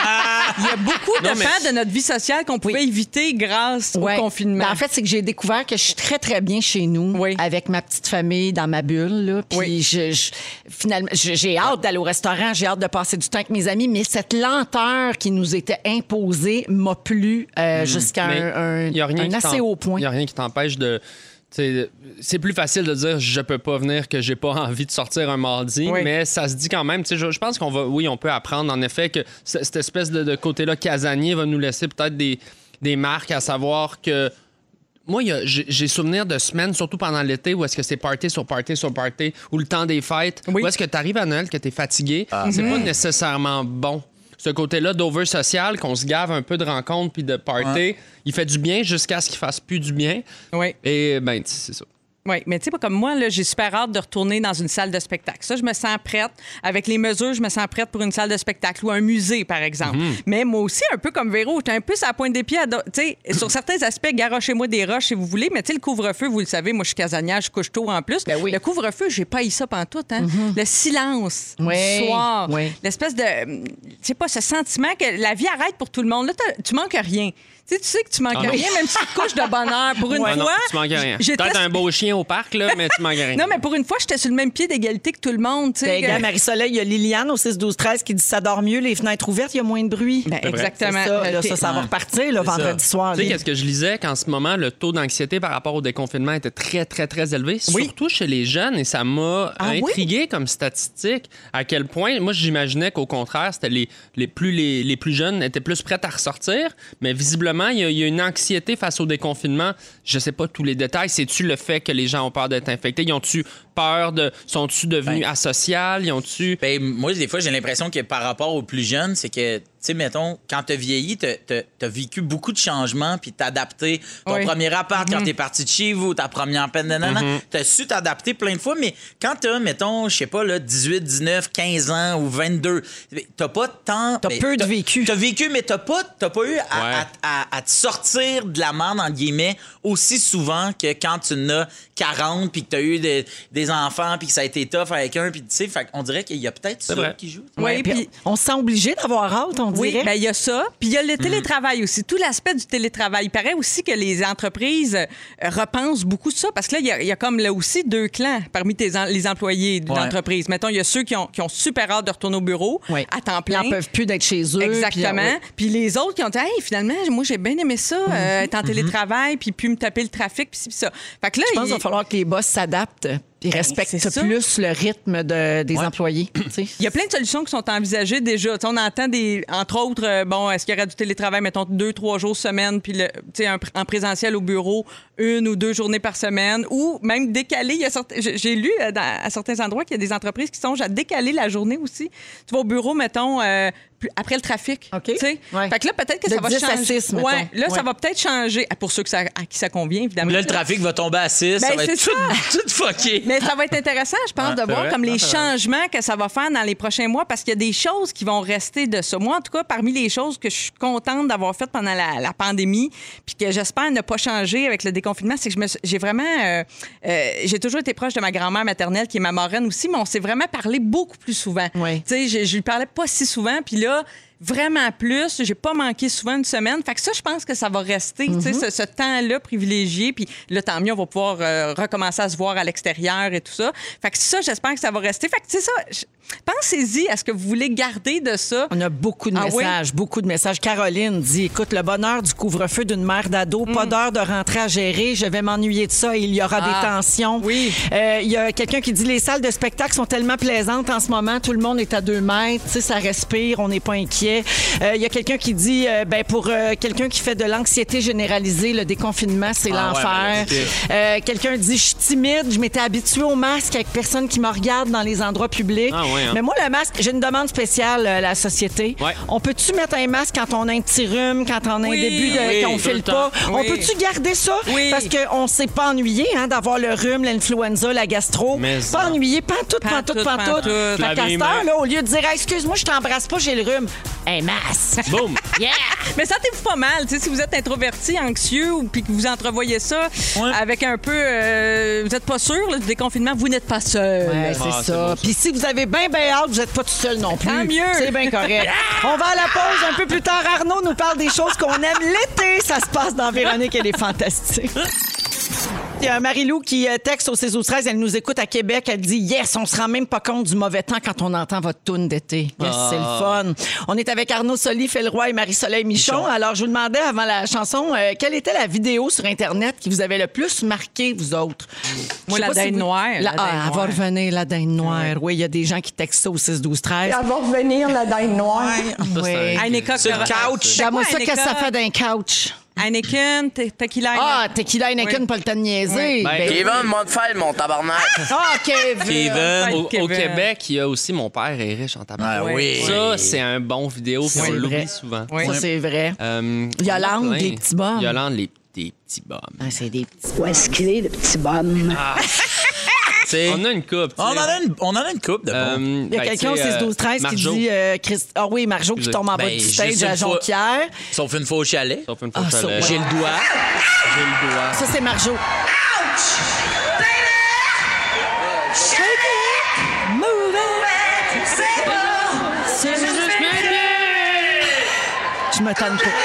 Il y a beaucoup de pans de notre vie sociale qu'on pouvait éviter grâce au confinement. Ben, en fait, c'est que j'ai découvert que je suis très, très bien chez nous, avec ma petite famille, dans ma bulle. Là. Puis finalement, j'ai hâte d'aller au restaurant, j'ai hâte de passer du temps avec mes amis, mais cette lenteur qui nous était imposée m'a plu jusqu'à un assez haut point. Il n'y a rien qui t'empêche de... T'sais, c'est plus facile de dire je peux pas venir que j'ai pas envie de sortir un mardi, mais ça se dit quand même. Je pense on peut apprendre en effet que cette espèce de côté-là casanier va nous laisser peut-être des marques, à savoir que moi, j'ai souvenir de semaines, surtout pendant l'été, où est-ce que c'est party sur party sur party, ou le temps des fêtes, où est-ce que tu arrives à Noël, que tu es fatigué, c'est pas nécessairement bon. Ce côté-là d'over social, qu'on se gave un peu de rencontres puis de party, il fait du bien jusqu'à ce qu'il fasse plus du bien. Oui. Et ben, c'est ça. Oui, mais tu sais, pas comme moi, là, j'ai super hâte de retourner dans une salle de spectacle. Ça, je me sens prête. Avec les mesures, je me sens prête pour une salle de spectacle ou un musée, par exemple. Mais moi aussi, un peu comme Véro, j'étais un peu à la pointe des pieds. Tu sais, sur certains aspects, garochez-moi des roches si vous voulez, mais tu sais, le couvre-feu, vous le savez, moi, je suis casanière, je couche tôt en plus. Ben oui. Le couvre-feu, j'ai pas eu ça pantoute, hein. Le silence du soir. L'espèce de... Je sais pas, ce sentiment que la vie arrête pour tout le monde. Là, tu manques rien. Tu sais que tu manques rien, même si tu te couches de bonne heure. Pour une fois... Non, tu manques rien. Peut-être un beau chien au parc, là, mais tu manques rien. Non, mais pour une fois, j'étais sur le même pied d'égalité que tout le monde. Ben, Marie-Soleil, il y a Liliane au 6-12-13 qui dit ça dort mieux, les fenêtres ouvertes, il y a moins de bruit. Ben, exactement. Ça va repartir là, vendredi soir. Tu sais, qu'est-ce que je lisais? Qu'en ce moment, le taux d'anxiété par rapport au déconfinement était très, très, très élevé, surtout chez les jeunes, et ça m'a intrigué comme statistique, à quel point, moi, j'imaginais qu'au contraire, c'était les plus jeunes étaient plus prêts à ressortir, mais visiblement, il y a une anxiété face au déconfinement. Je sais pas tous les détails. C'est-tu le fait que les gens ont peur d'être infectés? Ils ont-tu peur de... Sont-tu devenus asociales? Ils ont-tu... Ben, moi, des fois, j'ai l'impression que par rapport aux plus jeunes, c'est que, tu sais, mettons, quand t'as vieilli, t'as vécu beaucoup de changements, puis t'as adapté ton premier appart quand t'es parti de chez vous, ta première peine de nana. T'as su t'adapter plein de fois, mais quand t'as, mettons, je sais pas, là, 18, 19, 15 ans ou 22, t'as pas tant... T'as peu de vécu. T'as vécu, mais t'as pas eu à te sortir de la merde, entre guillemets, aussi souvent que quand tu en as 40 puis que t'as eu des enfants puis que ça a été tough avec un, puis tu sais, on dirait qu'il y a peut-être ça qui joue. Oui, puis on se sent obligé d'avoir hâte, on dirait. Oui, bien, il y a ça. Puis il y a le télétravail aussi, tout l'aspect du télétravail. Il paraît aussi que les entreprises repensent beaucoup ça, parce que là, il y a comme là aussi deux clans parmi les employés de l'entreprise. Mettons, il y a ceux qui ont super hâte de retourner au bureau à temps plein. Ils n'en peuvent plus d'être chez eux. Exactement. Puis les autres qui ont dit, hey, finalement, moi, j'ai bien aimé ça, être en télétravail, puis me taper le trafic, puis ça. Fait que là, je pense qu'il va falloir que les boss s'adaptent et respectent plus le rythme des employés. Il y a plein de solutions qui sont envisagées déjà. T'sais, on entend entre autres, est-ce qu'il y aurait du télétravail, mettons 2-3 jours semaine, puis en présentiel au bureau, 1 ou 2 journées par semaine, ou même décaler. J'ai lu à certains endroits qu'il y a des entreprises qui songent à décaler la journée aussi. Tu vas au bureau, mettons, après le trafic. OK. Fait que là, peut-être que ça va changer. 10 à 6, là, ça va peut-être changer. Pour ceux à qui ça convient, évidemment. Là, le trafic va tomber à 6. Ça va être tout fucké. Mais ça va être intéressant, je pense, de voir comme les changements que ça va faire dans les prochains mois, parce qu'il y a des choses qui vont rester de ça. Moi, en tout cas, parmi les choses que je suis contente d'avoir faites pendant la pandémie, puis que j'espère ne pas changer avec le déconfinement, c'est que j'ai vraiment... j'ai toujours été proche de ma grand-mère maternelle, qui est ma marraine aussi, mais on s'est vraiment parlé beaucoup plus souvent. Oui. Tu sais, je lui parlais pas si souvent, puis là... Vraiment plus. J'ai pas manqué souvent une semaine. Fait que ça, je pense que ça va rester, tu sais, ce temps-là privilégié. Puis là, tant mieux, on va pouvoir recommencer à se voir à l'extérieur et tout ça. Fait que ça, j'espère que ça va rester. Fait que c'est ça. Pensez-y à ce que vous voulez garder de ça. On a beaucoup de messages, beaucoup de messages. Caroline dit, écoute, le bonheur du couvre-feu d'une mère d'ado, pas d'heure de rentrer à gérer, je vais m'ennuyer de ça et il y aura des tensions. Oui. Il y a quelqu'un qui dit, les salles de spectacle sont tellement plaisantes en ce moment, tout le monde est à 2 mètres, tu sais, ça respire, on n'est pas inquiet. Il y a quelqu'un qui dit, pour quelqu'un qui fait de l'anxiété généralisée, le déconfinement, c'est l'enfer. Quelqu'un dit, je suis timide, je m'étais habituée au masque avec personne qui me regarde dans les endroits publics. Mais moi, le masque, j'ai une demande spéciale à la société. On peut-tu mettre un masque quand on a un petit rhume, quand on a un début qu'on file pas? On peut-tu garder ça? Parce qu'on ne s'est pas ennuyé d'avoir le rhume, l'influenza, la gastro. Pas ennuyé, pantoute. Fait qu'à cette heure, là, au lieu de dire, excuse-moi, je t'embrasse pas, j'ai le rhume. Hey, masse! Boum! Yeah! Mais sentez-vous pas mal, tu sais, si vous êtes introverti, anxieux, ou puis que vous entrevoyez ça avec un peu... vous n'êtes pas sûr là, du déconfinement, vous n'êtes pas seul. Ouais, c'est c'est ça. bon, ça. Puis si vous avez bien hâte, vous n'êtes pas tout seul non plus. Tant mieux. C'est bien correct. On va à la pause un peu plus tard. Arnaud nous parle des choses qu'on aime l'été. Ça se passe dans Véronique, elle est fantastique. Il y a Marie-Lou qui texte au 6-12-13. Elle nous écoute à Québec. Elle dit « Yes, on se rend même pas compte du mauvais temps quand on entend votre toune d'été. Yes, c'est le fun. » On est avec Arnaud Soli, Phil Roy et Marie-Soleil Michon. Alors, je vous demandais avant la chanson, quelle était la vidéo sur Internet qui vous avait le plus marqué, vous autres? Moi, Je sais la pas si dinde vous- noire. Elle va revenir, la dinde noire. Oui, il y a des gens qui textent ça au 6-12-13. Elle va revenir, la dinde noire. Oui. Heineken. Sur le couch. Dis-moi ça, qu'est-ce que ça fait d'un couch? Heineken, tequila. Ah, tequila Heineken, Oui. pas le temps de niaiser. Oui. Ben, Kevin, moi de faire mon tabarnak. Ah, Kevin. Kevin. Au Kevin. Québec, il y a aussi Mon père est riche en tabac. Ah oui. Ça, c'est un bon vidéo, puis C'est on vrai. l'oublie souvent. Oui. Ça, c'est vrai. plein. Yolande, les petits bums. Yolande, des petits bums. Ah, c'est des petits. Où est-ce qu'il est, le petit bonhomme? On a une coupe. On en a une coupe de bons. Il y a quelqu'un au 6-12-13 qui dit... Ah oui, Marjo qui tombe en bas Ben, du juste stage une à fois. Jonquière. Sauf une fois au chalet. Sauf une fois Ah, que ça, j'allais. J'ai le doigt. J'ai le doigt. Ça, c'est Marjo. Je me tanne pas.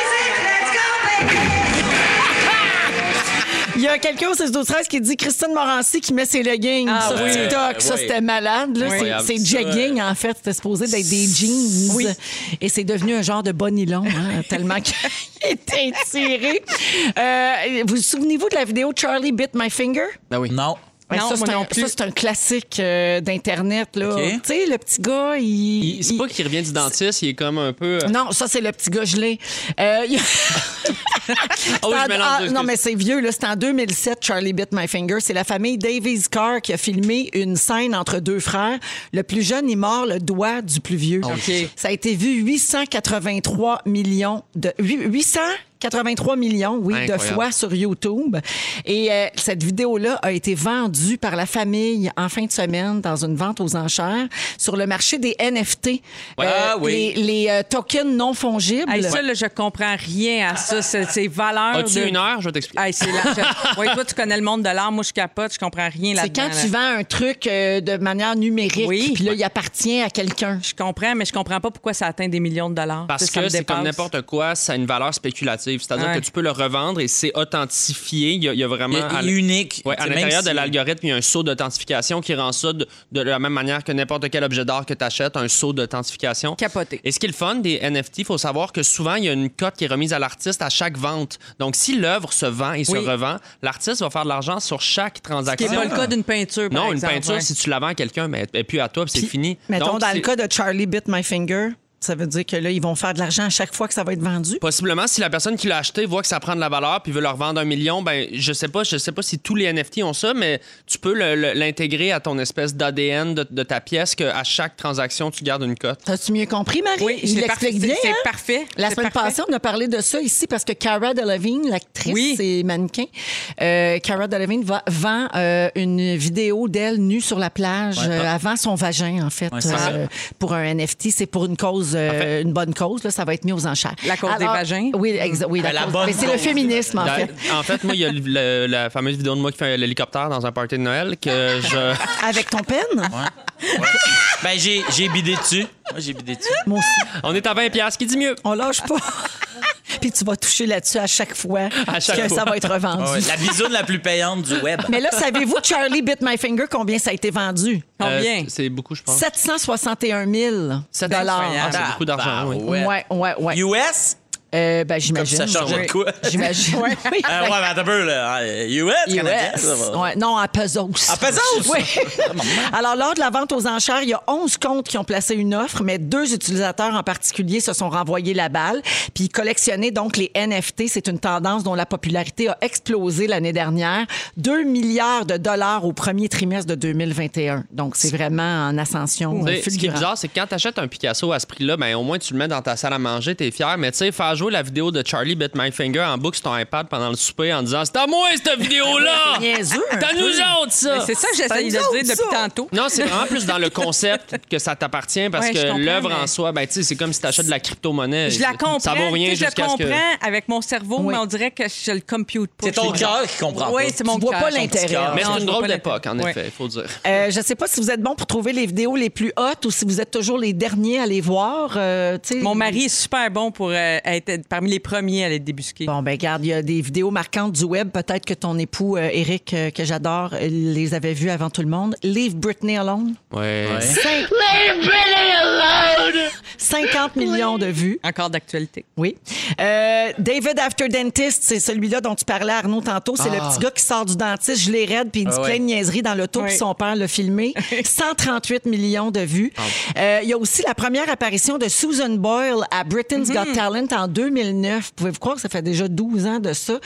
Il y a quelqu'un au 6-12-13 qui dit Christine Morancy qui met ses leggings Ah sur oui. TikTok. Ça, Oui. c'était malade. Là. Incroyable. C'est jogging, en fait. C'était supposé d'être des jeans. Oui. Et c'est devenu un genre de bas nylon, hein, tellement qu'il était étiré. Vous souvenez-vous de la vidéo Charlie Bit My Finger? Ben oui. Non. Ouais, Non, ça, moi c'est non un, plus. ça, c'est un classique d'Internet. Là. OK. Tu sais, le petit gars, C'est pas qu'il revient du dentiste, il est comme un peu. Non, ça, c'est le petit gars gelé. Oh, je mélange deux, non, excuse. mais c'est vieux. Là. C'est en 2007, Charlie Bit My Finger. C'est la famille Davies Carr qui a filmé une scène entre deux frères. Le plus jeune, il mord le doigt du plus vieux. OK. Ça a été vu 883 millions, oui, de Incroyable. fois sur YouTube. Et cette vidéo-là a été vendue par la famille en fin de semaine dans une vente aux enchères sur le marché des NFT. Ah, oui. Les tokens non fongibles. Hey, ça, là, je comprends rien à ça. Ces valeurs. As-tu de... une heure? Je vais t'expliquer. Hey, Oui, toi, tu connais le monde de l'art. Moi, je capote. Je comprends rien C'est là-dedans. quand tu vends un truc de manière numérique, Oui. puis là, il appartient à quelqu'un. Je comprends, mais je comprends pas pourquoi ça atteint des millions de dollars. Parce Ça me que c'est comme dépasse. n'importe quoi, ça a une valeur spéculative. C'est-à-dire Ouais. que tu peux le revendre et c'est authentifié. Il y a vraiment. Il est unique. Ouais, à Même l'intérieur si- de l'algorithme, il y a un sceau d'authentification qui rend ça de la même manière que n'importe quel objet d'art que tu achètes, un sceau d'authentification. Capoté. Et ce qui est le fun des NFT, il faut savoir que souvent, il y a une cote qui est remise à l'artiste à chaque vente. Donc, si l'œuvre se vend et se Oui. revend, l'artiste va faire de l'argent sur chaque Ce qui transaction. n'est pas le cas d'une peinture, par Non, une exemple, peinture, ouais. si tu la vends à quelqu'un, mais elle n'est plus à toi, puis c'est Puis, fini. Mettons, Donc, dans c'est- le cas de Charlie Bit My Finger, ça veut dire que là, ils vont faire de l'argent à chaque fois que ça va être vendu. Possiblement, si la personne qui l'a acheté voit que ça prend de la valeur puis veut le revendre 1 million, ben je sais pas si tous les NFT ont ça, mais tu peux l'intégrer à ton espèce d'ADN de ta pièce qu'à chaque transaction, tu gardes une cote. T'as-tu mieux compris, Marie? Oui, Il c'est l'explique bien. C'est hein? parfait. La C'est semaine parfait. passée, on a parlé de ça ici parce que Cara Delevingne, l'actrice Oui. et mannequin, Cara Delevingne vend une vidéo d'elle nue sur la plage avant son vagin, en fait, Ouais, c'est ça. pour un NFT. C'est pour une cause, une bonne cause. Là, ça va être mis aux enchères. La cause des vagins? Oui, oui, Ben, la cause. bonne Mais c'est le cause. féminisme, en fait. En fait, moi, il y a la fameuse vidéo de moi qui fait l'hélicoptère dans un party de Noël que je. Avec ton pen? Ben, j'ai bidé dessus. Moi, j'ai bidé dessus. Moi aussi. On est à 20$, qui dit mieux? On lâche pas. Puis tu vas toucher là-dessus à chaque fois À chaque que fois. ça va être revendu. Ah ouais, la bisoune la plus payante du web. Mais là, savez-vous, Charlie Bit My Finger, combien ça a été vendu? Combien? C'est beaucoup, je pense. 761 000 Ah, c'est beaucoup d'argent, oui. Ouais. US? Ben, Comme j'imagine. ça changeait de quoi? J'imagine. Oui. Ouais, mais attends un peu, là. US, canadien, ça va. Ouais, non, à pesos. À pesos? Oui. Alors, lors de la vente aux enchères, il y a 11 comptes qui ont placé une offre, mais 2 utilisateurs en particulier se sont renvoyés la balle. Puis collectionner donc les NFT, c'est une tendance dont la popularité a explosé l'année dernière. 2 milliards de dollars au premier trimestre de 2021. Donc, c'est vraiment en ascension Tu sais, Ce qui est fulgurante. bizarre, c'est que quand tu achètes un Picasso à ce prix-là, ben, au moins tu le mets dans ta salle à manger, t'es fier. Mais tu sais, faire jouer jouer la vidéo de Charlie Bit My Finger en boucle sur ton iPad pendant le souper en disant « C'est à moi, cette vidéo-là! Niaiseux, C'est à nous autres, ça! » C'est ça que j'essaye de dire depuis tantôt. Non, c'est vraiment plus dans le concept que ça t'appartient parce Ouais, je que comprends, l'œuvre mais- en soi, ben, tu sais, c'est comme si t'achètes de la crypto-monnaie. Je la comprends. Ça vaut rien Tu sais, jusqu'à je ce que... comprends avec mon cerveau, Oui. mais on dirait que je le compute pas. C'est ton cœur qui comprend Oui, pas. c'est mon Tu vois cœur. pas son petit l'intérêt. cœur. Mais Non, c'est je une vois drôle pas d'époque, en l'intérêt. effet, il faut dire. Je sais pas si vous êtes bon pour trouver les vidéos les plus hautes ou si vous êtes toujours les derniers à les voir. Tu sais. Mon mari est super bon pour être parmi les premiers à les débusquer. Bon, ben regarde, il y a des vidéos marquantes du web. Peut-être que ton époux, Eric, que j'adore, les avait vues avant tout le monde. Leave Britney Alone. Ouais. 50 millions de vues. Encore d'actualité. Oui. David After Dentist, c'est celui-là dont tu parlais, Arnaud, tantôt. C'est le petit gars qui sort du dentiste, je l'ai raide, puis il dit plein de niaiseries dans l'auto, Oui. puis son père l'a filmé. 138 millions de vues. Il y a aussi la première apparition de Susan Boyle à Britain's Got Talent en 2009. Pouvez-vous croire que ça fait déjà 12 ans de ça?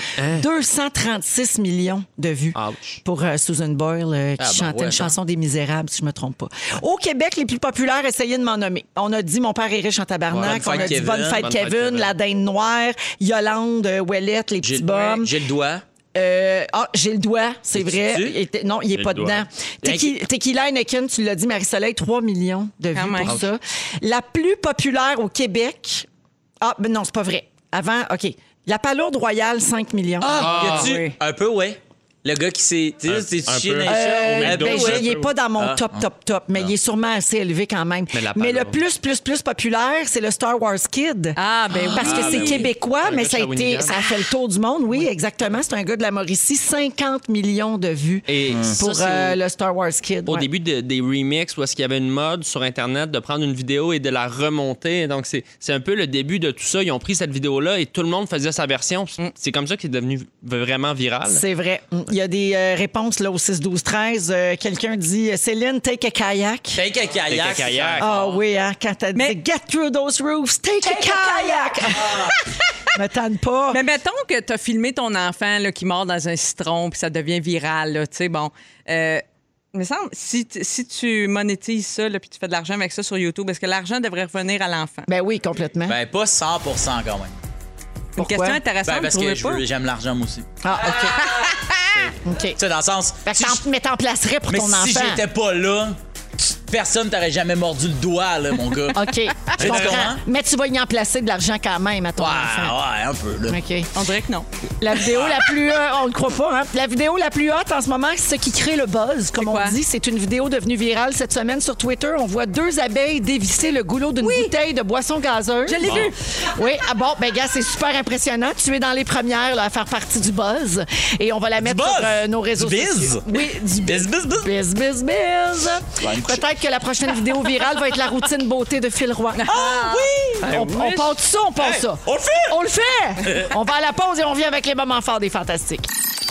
236 millions de vues Ouch. pour Susan Boyle qui chantait une chanson des Misérables, si je me trompe pas. Au Québec, les plus populaires, essayez de m'en nommer. On a dit Mon père est riche en tabarnak. Bonne On a fête, dit Kevin. Bonne fête, Bonne fête, Kevin, Kevin. La Dinde Noire, Yolande, Ouellette, Les Petits Bums. J'ai le doigt. J'ai le doigt, c'est vrai. dessus? Non, il est J'ai pas le doigt. dedans. Tequila Heineken, tu l'as dit, Marie-Soleil, 3 millions de vues Quand même. pour ça. La plus populaire au Québec... Ah, ben non, c'est pas vrai. Avant, OK. La Palourde Royale, 5 millions. Y a-tu oui. un peu, ouais? Le gars qui s'est. Tu sais, c'est un chié peu. dans les chats, Ben, un peu, ouais. il est pas dans mon top, mais il est sûrement assez élevé quand même. Mais la le plus populaire, c'est le Star Wars Kid. Ah, ben oui. Parce que c'est ben oui. québécois, Un mais gars ça a, de Shawinigan. ça a fait le tour du monde. Oui, exactement. C'est un gars de la Mauricie. 50 millions de vues Et pour ça, c'est le Star Wars Kid. au Ouais. début des remixes où est-ce qu'il y avait une mode sur Internet de prendre une vidéo et de la remonter. Donc, c'est un peu le début de tout ça. Ils ont pris cette vidéo-là et tout le monde faisait sa version. C'est comme ça qu'il est devenu vraiment viral. C'est vrai. Il y a des réponses là, au 6-12-13. Quelqu'un dit Céline, take a kayak. Take a kayak. Take a kayak. Ah oui, hein, quand t'as dit Get through those roofs, take a kayak. Me tanne pas. Mais mettons que tu as filmé ton enfant là, qui mord dans un citron puis ça devient viral. Là, tu sais, bon. Il me semble, si tu monétises ça puis tu fais de l'argent avec ça sur YouTube, est-ce que l'argent devrait revenir à l'enfant? Ben oui, complètement. Ben, pas 100% quand même. Une pourquoi? question intéressante, Ben, vous parce trouvez que pas? j'aime l'argent, moi aussi. Ah, OK. OK. Tu sais, dans le sens. Fait que si mais t'en placerais pour mais ton si enfant. j'étais pas là, personne t'aurait jamais mordu le doigt, là, mon gars. OK, je Tu comprends. comprends? Mais tu vas y en placer de l'argent quand même à ton enfant. Ouais, un peu, là. OK. On dirait que non. La vidéo la plus... on le croit pas, hein? La vidéo la plus haute en ce moment, c'est ce qui crée le buzz, comme C'est on quoi? dit. C'est une vidéo devenue virale cette semaine sur Twitter. On voit 2 abeilles dévisser le goulot d'une bouteille de boisson gazeuse. Je l'ai vu. Oui, ah bon, ben gars, c'est super impressionnant. Tu es dans les premières là, à faire partie du buzz. Et on va la mettre buzz? sur nos réseaux Du biz? sociaux. Oui, du Biz, biz, biz. Biz, biz, biz. Ouais, une couche. Peut-être que la prochaine vidéo virale va être la routine beauté de Phil Roy. Ah oui! On part tout ça, on part Hey, ça. on le fait! On le fait! On va à la pause et on revient avec les moments forts des Fantastiques.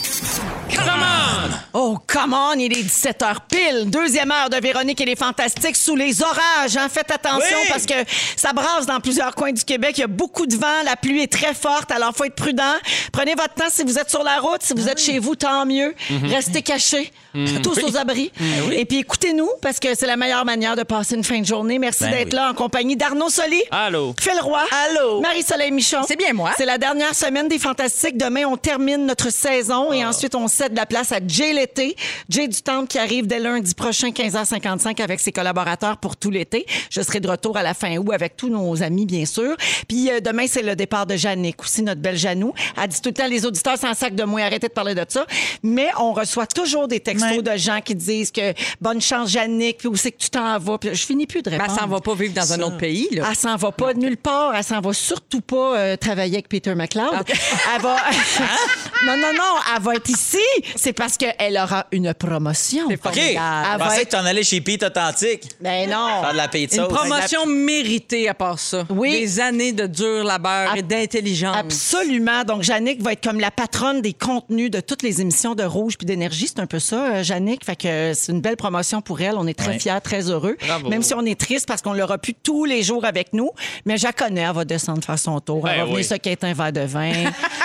Oh, come on, il est 17h pile. Deuxième heure de Véronique et les Fantastiques sous les orages. Hein? Faites attention Oui! parce que ça brasse dans plusieurs coins du Québec. Il y a beaucoup de vent, la pluie est très forte, alors faut être prudent. Prenez votre temps si vous êtes sur la route, si vous êtes chez vous, tant mieux. Restez cachés, tous aux abris. Et puis écoutez-nous parce que c'est la meilleure manière de passer une fin de journée. Merci Ben d'être oui. là en compagnie d'Arnaud Soli. Allô? Phil Roy. Allô? Marie-Soleil Michon. C'est bien moi. C'est la dernière semaine des Fantastiques. Demain, on termine notre saison et ensuite, on cède la place à Jay l'été. Jay du Temple qui arrive dès lundi prochain, 15h55, avec ses collaborateurs pour tout l'été. Je serai de retour à la fin août avec tous nos amis, bien sûr. Puis demain, c'est le départ de Jannick aussi, notre belle Janou. Elle dit tout le temps, les auditeurs s'en sacent de moi, arrêtez de parler de ça. Mais on reçoit toujours des textos de gens qui disent que bonne chance, Jannick, puis où c'est que tu t'en vas. Puis je finis plus de Mais répondre. elle s'en va pas vivre dans un autre pays. Là. Elle s'en va pas nulle part. Elle s'en va surtout pas travailler avec Peter McLeod. Elle va... non, elle va être ici. C'est parce qu'elle aura une promotion. C'est OK. formidable. Je Elle va pensais être- que t'en allais chez Pete Authentique. Ben non. Faire de la pizza. Une promotion méritée à part ça. Oui. Des années de dur labeur et d'intelligence. Absolument. Donc, Jannick va être comme la patronne des contenus de toutes les émissions de Rouge puis d'Énergie. C'est un peu ça, Jannick. Fait que c'est une belle promotion pour elle. On est très Ouais. fiers, très heureux. Bravo. Même si on est triste parce qu'on l'aura plus tous les jours avec nous. Mais je la connais. Elle va descendre faire son tour. Elle Ben va venir oui. se quêter un verre de vin.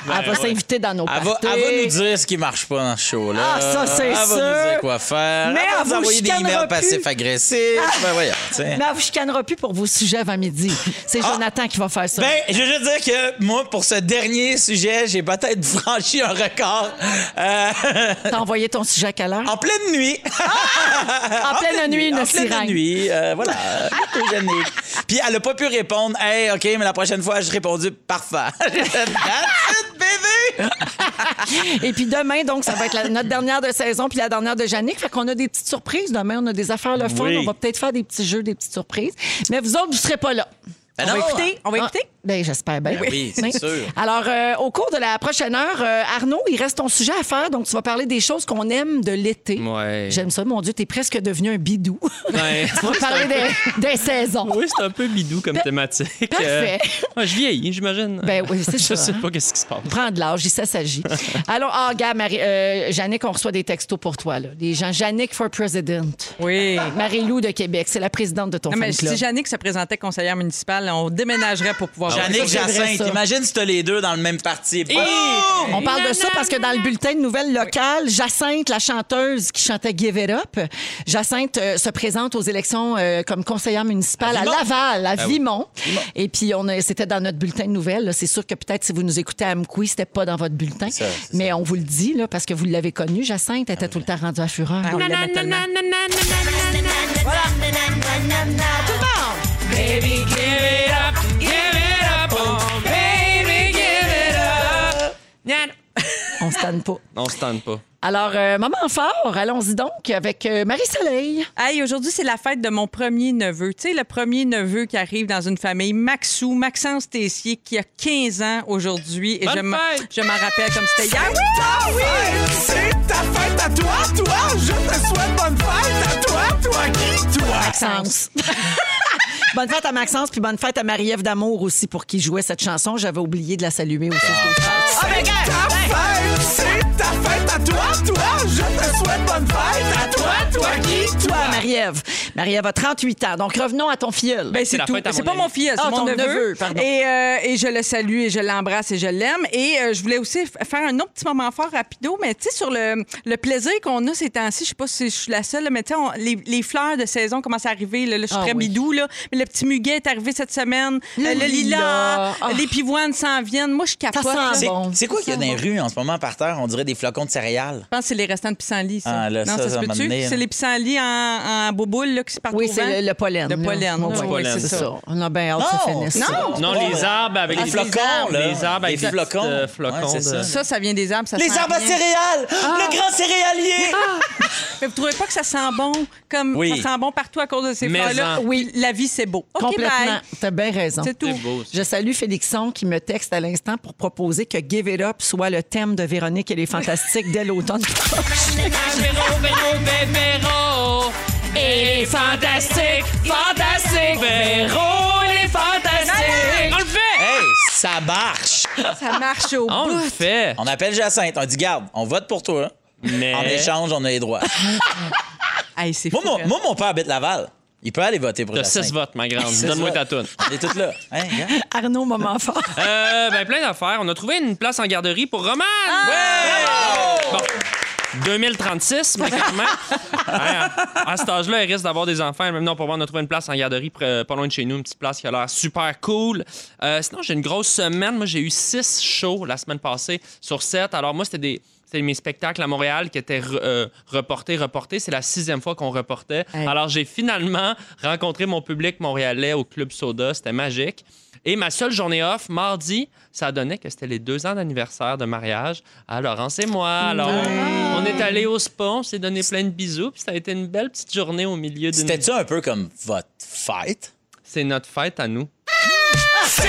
Elle va s'inviter dans nos Elle parties. va nous dire ce qui marche pas dans ce show-là. Ah, ça, c'est Elle va sûr. nous dire quoi faire. Mais elle elle va vous nous envoyer des chicanera emails plus. passifs-agressifs. Ben voyons, tu sais. Mais elle vous chicanera plus pour vos sujets avant midi. C'est Jonathan qui va faire ça. Ben, je veux juste dire que moi, pour ce dernier sujet, j'ai peut-être franchi un record. T'as envoyé ton sujet à quelle heure? En pleine nuit. En pleine nuit, une En pleine sirène. nuit, voilà. Photogénique. Puis elle a pas pu répondre. Hey, OK, mais la prochaine fois, j'ai répondu parfait. J'ai fait, that's it, bébé! Et puis demain, donc, ça va être notre dernière de saison puis la dernière de Yannick. Fait qu'on a des petites surprises. Demain, on a des affaires le fun. Oui. On va peut-être faire des petits jeux, des petites surprises. Mais vous autres, vous serez pas là. Ben On va non. écouter. On va écouter. Ben, j'espère bien. oui, c'est sûr. Alors, au cours de la prochaine heure, Arnaud, il reste ton sujet à faire. Donc, tu vas parler des choses qu'on aime de l'été. Ouais. J'aime ça. Mon Dieu, t'es presque devenu un bidou. Ouais. Tu vas parler des saisons. Oui, c'est un peu bidou comme thématique. Parfait. Ouais, je vieillis, j'imagine. Ben oui, c'est Je ça. sais pas qu'est-ce qui se passe. Prends de l'âge, ça s'agit. Alors, gars, Jannick, on reçoit des textos pour toi. Là. Des gens, Jannick for President. Oui. Marie-Lou de Québec, c'est la présidente de ton Non, mais fan club. si Jannick se présentait conseillère municipale, on déménagerait pour pouvoir voir Jannick ça. j'aimerais Jacinthe, ça. imagine si t'as les deux dans le même parti. On parle de ça parce que dans le bulletin de nouvelles locales, Jacinthe, la chanteuse qui chantait Give It Up, Jacinthe se présente aux élections comme conseillère municipale à Vimont. Laval, à Vimont. Et puis, c'était dans notre bulletin de nouvelles. là. C'est sûr que peut-être si vous nous écoutez à Amkoui, c'était pas dans votre bulletin. C'est Mais on vous le dit, là, parce que vous l'avez connue, Jacinthe était tout le temps rendue à fureur. Ah, on l'aimait tellement. Tout le monde! Baby, give it up, oh, baby, give it up. On se tanne pas. On se tente pas. Alors, moment fort, allons-y donc avec Marie-Soleil. Hey, aujourd'hui, c'est la fête de mon premier neveu. Tu sais, le premier neveu qui arrive dans une famille, Maxence Tessier, qui a 15 ans aujourd'hui. Et Bonne fête! je m'en rappelle comme c'était hier. C'est ta fête à toi, je te souhaite bonne fête à toi qui, toi? Maxence. Bonne fête à Maxence, puis bonne fête à Marie-Ève D'Amour aussi, pour qui jouait cette chanson. J'avais oublié de la saluer aussi. C'est ta fête à toi, je te souhaite bonne fête à toi qui, toi? Marie-Ève. Marie-Ève a 38 ans. Donc, revenons à ton filleul. Ben, C'est c'est la tout. fête à C'est mon pas ami. mon filleul, c'est Ah, mon ton neveu. neveu, pardon. Et je le salue et je l'embrasse et je l'aime. Et je voulais aussi faire un autre petit moment fort rapido, mais tu sais, sur le plaisir qu'on a ces temps-ci, je sais pas si je suis la seule, là, mais tu sais, les fleurs de saison commencent à arriver. Là, je suis Ah très oui. bidou, là. Mais le petit muguet est arrivé cette semaine. Le Le lilas. lilas, Ah. les pivoines s'en viennent. Moi, je capote. sent là. bon. Je Bon. C'est quoi qu'il y a dans les rues en ce moment par terre? On dirait des flocons de céréales. pense que c'est les restants de pissenlit, ça. Ah, là, non, ça se m'a peut-tu? donné, C'est là. les pissenlits en boboule là, qui se partent Oui, au vent. c'est le pollen. Le là. pollen. Oui, Oui, pollen. c'est c'est ça. On a bien hâte que ça Non, finisse. non. Non, les arbres avec Les les flocons, là. Les arbres avec Les des flocons. petites, flocons Ouais, c'est de... ça. Ça vient des arbres, ça Les sent arbres à rien. céréales! Le grand céréalier! Mais vous trouvez pas que ça sent bon? Comme Oui. ça sent bon partout à cause de ces Mais fleurs-là? en. Oui. La vie, c'est beau. OK, Complètement. bye. T'as bien raison. C'est tout. C'est beau, ça. Je salue Félixon qui me texte à l'instant pour proposer que Give It Up soit le thème de Véronique et les Fantastiques dès l'automne. Et fantastique, fantastique, Véro, les fantastiques. On le fait! Hey, ça marche! Ça marche au On le bout. fait. On appelle Jacinthe. On dit, garde, on vote pour toi. Mais... En échange, on a les droits. Hey, c'est moi, fou, hein. mon père habite Laval. Il peut aller voter pour T'as Jacinthe. 6 votes, ma grande. 6 Donne-moi votes. ta toune. On est tous là. Hein, regarde. Arnaud, moment fort. Ben, plein d'affaires. On a trouvé une place en garderie pour Romane. Bon. 2036, mécaniquement. Hein, à cet âge-là, elle risque d'avoir des enfants. Même non, pour moi, on a trouvé une place en garderie pas loin de chez nous, une petite place qui a l'air super cool. Sinon, j'ai une grosse semaine. Moi, j'ai eu 6 shows la semaine passée sur 7. Alors, moi, c'était mes spectacles à Montréal qui étaient reportés. C'est la 6e fois qu'on reportait. Hey. Alors, j'ai finalement rencontré mon public montréalais au Club Soda. C'était magique. Et ma seule journée off, mardi, ça donnait que c'était les 2 ans d'anniversaire de mariage à Laurence et moi. Alors, on est allé au spa, on s'est donné plein de bisous, puis ça a été une belle petite journée au milieu d'une... C'était-tu un peu comme votre fête? C'est notre fête à nous. C'est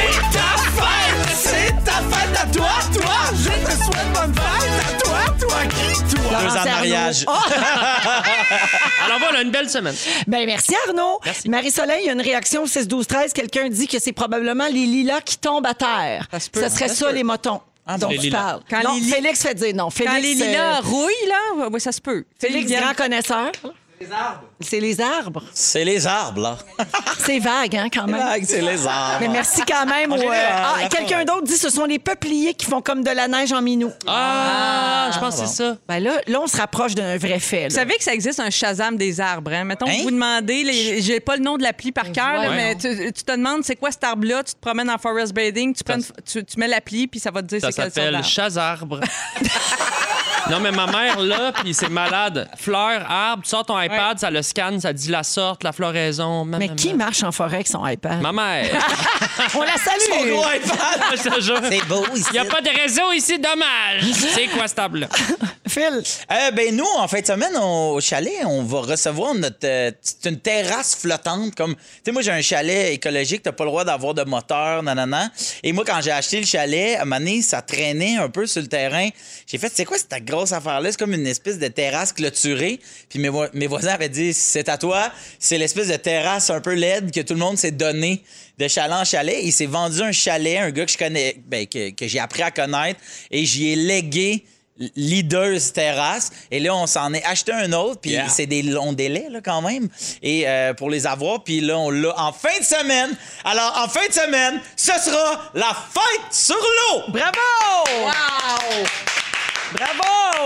ta fête à toi, je te souhaite bonne fête à toi qui, toi? 2 ans de mariage. Alors voilà, une belle semaine. Ben merci Arnaud. Merci. Marie-Soleil, il y a une réaction au 6-12-13. Quelqu'un dit que c'est probablement les lilas qui tombent à terre. Ça se peut. Ça serait ça, les motons. dont les tu lilas. parles. Quand Non, les li- Félix fait dire non. Félix, Quand les lilas rouillent, là, oui, ça se peut. Félix, Viviane. grand connaisseur. C'est les arbres. C'est les arbres, là. C'est vague, hein, quand même. Vague, c'est les arbres. Mais merci quand même. En général, la quelqu'un forêt. d'autre dit ce sont les peupliers qui font comme de la neige en minou. Je pense que c'est ça. Ben là, on se rapproche d'un vrai fait. Vous Là. savez que ça existe un Shazam des arbres. Hein? Mettons, Hein? vous demandez, j'ai pas le nom de l'appli par cœur, là, Ouais. mais tu te demandes c'est quoi cet arbre-là, tu te promènes en forest bathing, tu mets l'appli, puis ça va te dire Ça c'est quelle sorte s'appelle d'arbre. Chazarbre. Non, mais ma mère, là, puis c'est malade. Fleur, arbre, tu sors ton iPad, ça le scanne, ça dit la sorte, la floraison. Mais qui marche en forêt avec son iPad? Ma mère. On la Son salue! gros iPad. Je te jure. C'est beau ici. Il n'y a pas de réseau ici, dommage. C'est quoi ce table-là? Phil, Ben nous, en fin de semaine, au chalet, on va recevoir notre c'est une terrasse flottante. Comme, tu sais, moi, j'ai un chalet écologique, t'as pas le droit d'avoir de moteur, nanana. Et moi, quand j'ai acheté le chalet, à un moment donné, ça traînait un peu sur le terrain. J'ai fait, c'est quoi cette grosse affaire-là? C'est comme une espèce de terrasse clôturée. Puis mes voisins avaient dit, c'est à toi. C'est l'espèce de terrasse un peu laide que tout le monde s'est donné de chalet en chalet. Il s'est vendu un chalet, un gars que je connais, que j'ai appris à connaître, et j'y ai légué l'hideuse terrasse. Et là, on s'en est acheté un autre, puis c'est des longs délais, là, quand même, et pour les avoir. Puis là, on l'a en fin de semaine. Alors, en fin de semaine, ce sera la fête sur l'eau! bravo! Wow! Bravo!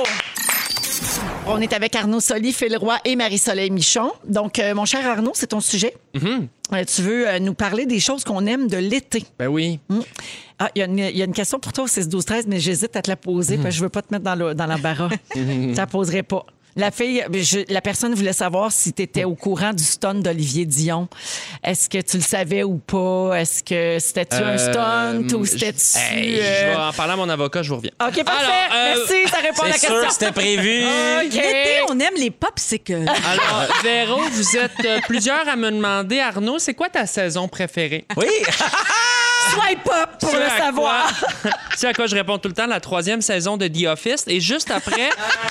On est avec Arnaud Soli, Phil Roy et Marie-Soleil Michon. Donc, mon cher Arnaud, c'est ton sujet. Tu veux nous parler des choses qu'on aime de l'été. Ben oui. Ah, il y a une question pour toi au 6-12-13, mais j'hésite à te la poser parce que je veux pas te mettre dans l'embarras. Tu la poserais pas. La personne voulait savoir si tu étais au courant du stunt d'Olivier Dion. Est-ce que tu le savais ou pas? Est-ce que c'était-tu un stunt ou c'était-tu... Je vais en parler à mon avocat, je vous reviens. OK, parfait. Merci, ça répond à la C'est question. sûr que c'était prévu. OK. L'été, on aime les popsicles. Alors, Véro, vous êtes plusieurs à me demander, Arnaud, c'est quoi ta saison préférée? Oui! Swipe up pour Ce le à savoir. C'est à quoi je réponds tout le temps, la 3e saison de The Office. Et juste après,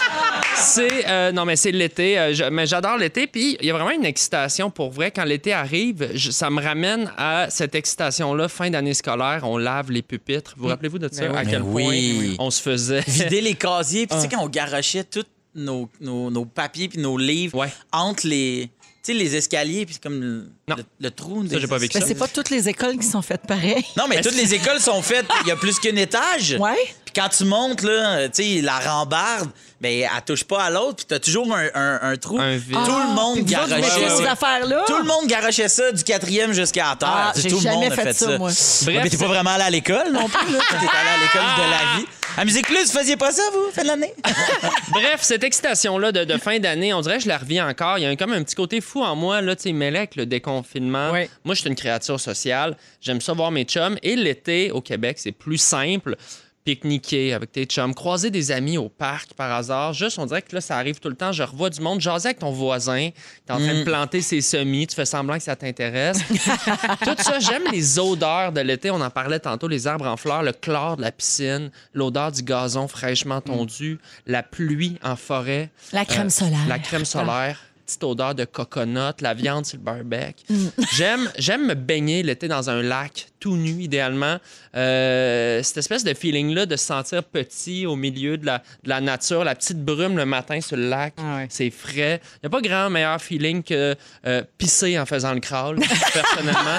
c'est... non, mais c'est l'été. Mais j'adore l'été. Puis il y a vraiment une excitation pour vrai. Quand l'été arrive, ça me ramène à cette excitation-là. Fin d'année scolaire, on lave les pupitres. Vous rappelez-vous de ça? À quel point on se faisait... Vider les casiers. Puis tu sais, quand on garochait tous nos papiers puis nos livres entre les... Tu sais, les escaliers, puis comme le trou. Ça, j'ai pas vécu Mais ça. c'est pas toutes les écoles qui sont faites pareil. Non, mais toutes les écoles sont faites. Il y a plus qu'un étage. Ouais. Puis quand tu montes, là, tu sais, la rambarde, ben, elle touche pas à l'autre, puis t'as toujours un trou. Un vide. Tout le monde Puis vous autres, vous mettiez garochait vos ça. affaires-là? Tout le monde garochait ça du 4e jusqu'à la terre. Ah, C'est j'ai tout le jamais monde a fait fait ça, moi. Ouais, mais t'es pas vraiment allé à l'école non plus, là. T'es allé à l'école de la vie. À Musique Plus, vous faisiez pas ça, vous, fin de l'année? Bref, cette excitation-là de fin d'année, on dirait que je la reviens encore. Il y a comme un petit côté fou en moi, là, tu sais, mêlé avec le déconfinement. Oui. Moi, je suis une créature sociale. J'aime ça voir mes chums. Et l'été, au Québec, c'est plus simple. Pique-niquer avec tes chums, croiser des amis au parc par hasard. Juste, on dirait que là, ça arrive tout le temps. Je revois du monde, jaser avec ton voisin, t'es en train de planter ses semis, tu fais semblant que ça t'intéresse. Tout ça, j'aime les odeurs de l'été. On en parlait tantôt, les arbres en fleurs, le chlore de la piscine, l'odeur du gazon fraîchement tondu, la pluie en forêt. La crème solaire. La crème solaire. Petite odeur de coconut, la viande sur le barbecue. J'aime me baigner l'été dans un lac, tout nu, idéalement. Cette espèce de feeling-là de se sentir petit au milieu de la nature, la petite brume le matin sur le lac, c'est frais. Il n'y a pas grand meilleur feeling que pisser en faisant le crawl, personnellement.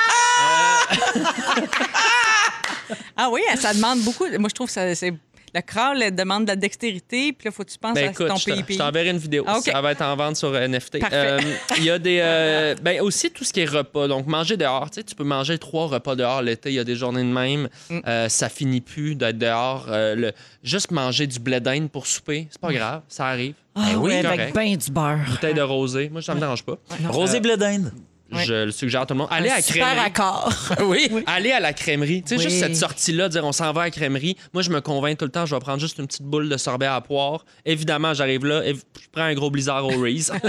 Ah oui, ça demande beaucoup. Moi, je trouve que c'est... Le crawl elle demande de la dextérité, puis là, faut que tu penses à Écoute, ton je PIP. t'enverrai une vidéo. Ah, OK. Ça va être en vente sur NFT. Parfait. Il y a des... aussi, tout ce qui est repas. Donc, manger dehors. Tu sais, tu peux manger 3 repas dehors l'été. Il y a des journées de même. Ça finit plus d'être dehors. Juste manger du blé d'Inde pour souper, c'est pas grave. Ça arrive. Ah oui, avec correct. ben du beurre. Bouteille de rosé. Moi, ça me dérange pas. Rosé blé d'Inde. Je le suggère à tout le monde. Allez à la Super crèmerie. accord. Oui. Allez à la crèmerie. Tu sais, Oui. juste cette sortie-là, dire on s'en va à la crèmerie. Moi, je me convainc tout le temps, je vais prendre juste une petite boule de sorbet à poire. Évidemment, j'arrive là et je prends un gros blizzard au Reese. Tout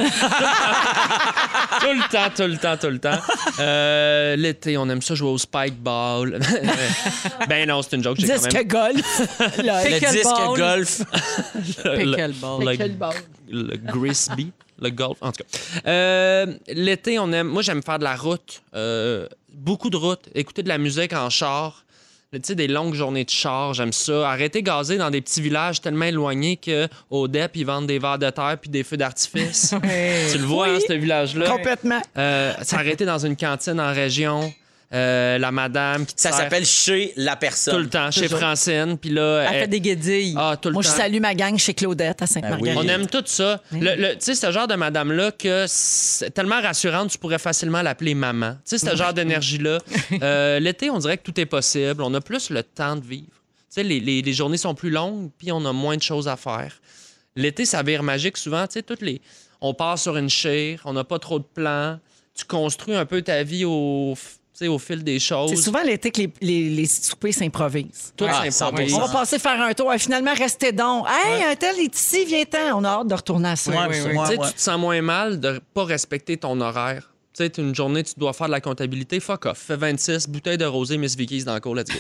le temps. L'été, on aime ça jouer au spike ball. Ben non, c'est une joke. J'ai quand Disque même... golf. Le disque golf. Pickleball. Pickleball. Le Grisby. Le golf, en tout cas. L'été, on aime... Moi, j'aime faire de la route. Beaucoup de route. Écouter de la musique en char. Tu sais, des longues journées de char, j'aime ça. Arrêter de gazer dans des petits villages tellement éloignés qu'au DEP, ils vendent des vers de terre puis des feux d'artifice. Tu le vois, ce village-là. Complètement. S'arrêter dans une cantine en région. La madame qui te Ça sert s'appelle chez la personne. tout le temps, chez Francine. Puis là, Elle fait des guédilles. tout le Moi, temps. je salue ma gang chez Claudette à Sainte-Marguerite. On aime tout ça. Tu sais, ce genre de madame-là que c'est tellement rassurante, tu pourrais facilement l'appeler maman. Tu sais, ce genre d'énergie-là. L'été, on dirait que tout est possible. On a plus le temps de vivre. Tu sais, les journées sont plus longues, puis on a moins de choses à faire. L'été, ça vire magique souvent. Tu sais, on part sur une chire, on n'a pas trop de plans. Tu construis un peu ta vie au fil des choses. C'est souvent l'été que les soupers s'improvisent. Tout s'improvise. On va passer faire un tour. Finalement, restez donc. Hey, un tel est ici, viens-t'en. On a hâte de retourner à ça. Tu sais, tu te sens moins mal de pas respecter ton horaire. Tu sais, une journée, tu dois faire de la comptabilité. Fuck off. Fais 26, bouteille de rosé, Miss Vicky's dans le cours, let's go.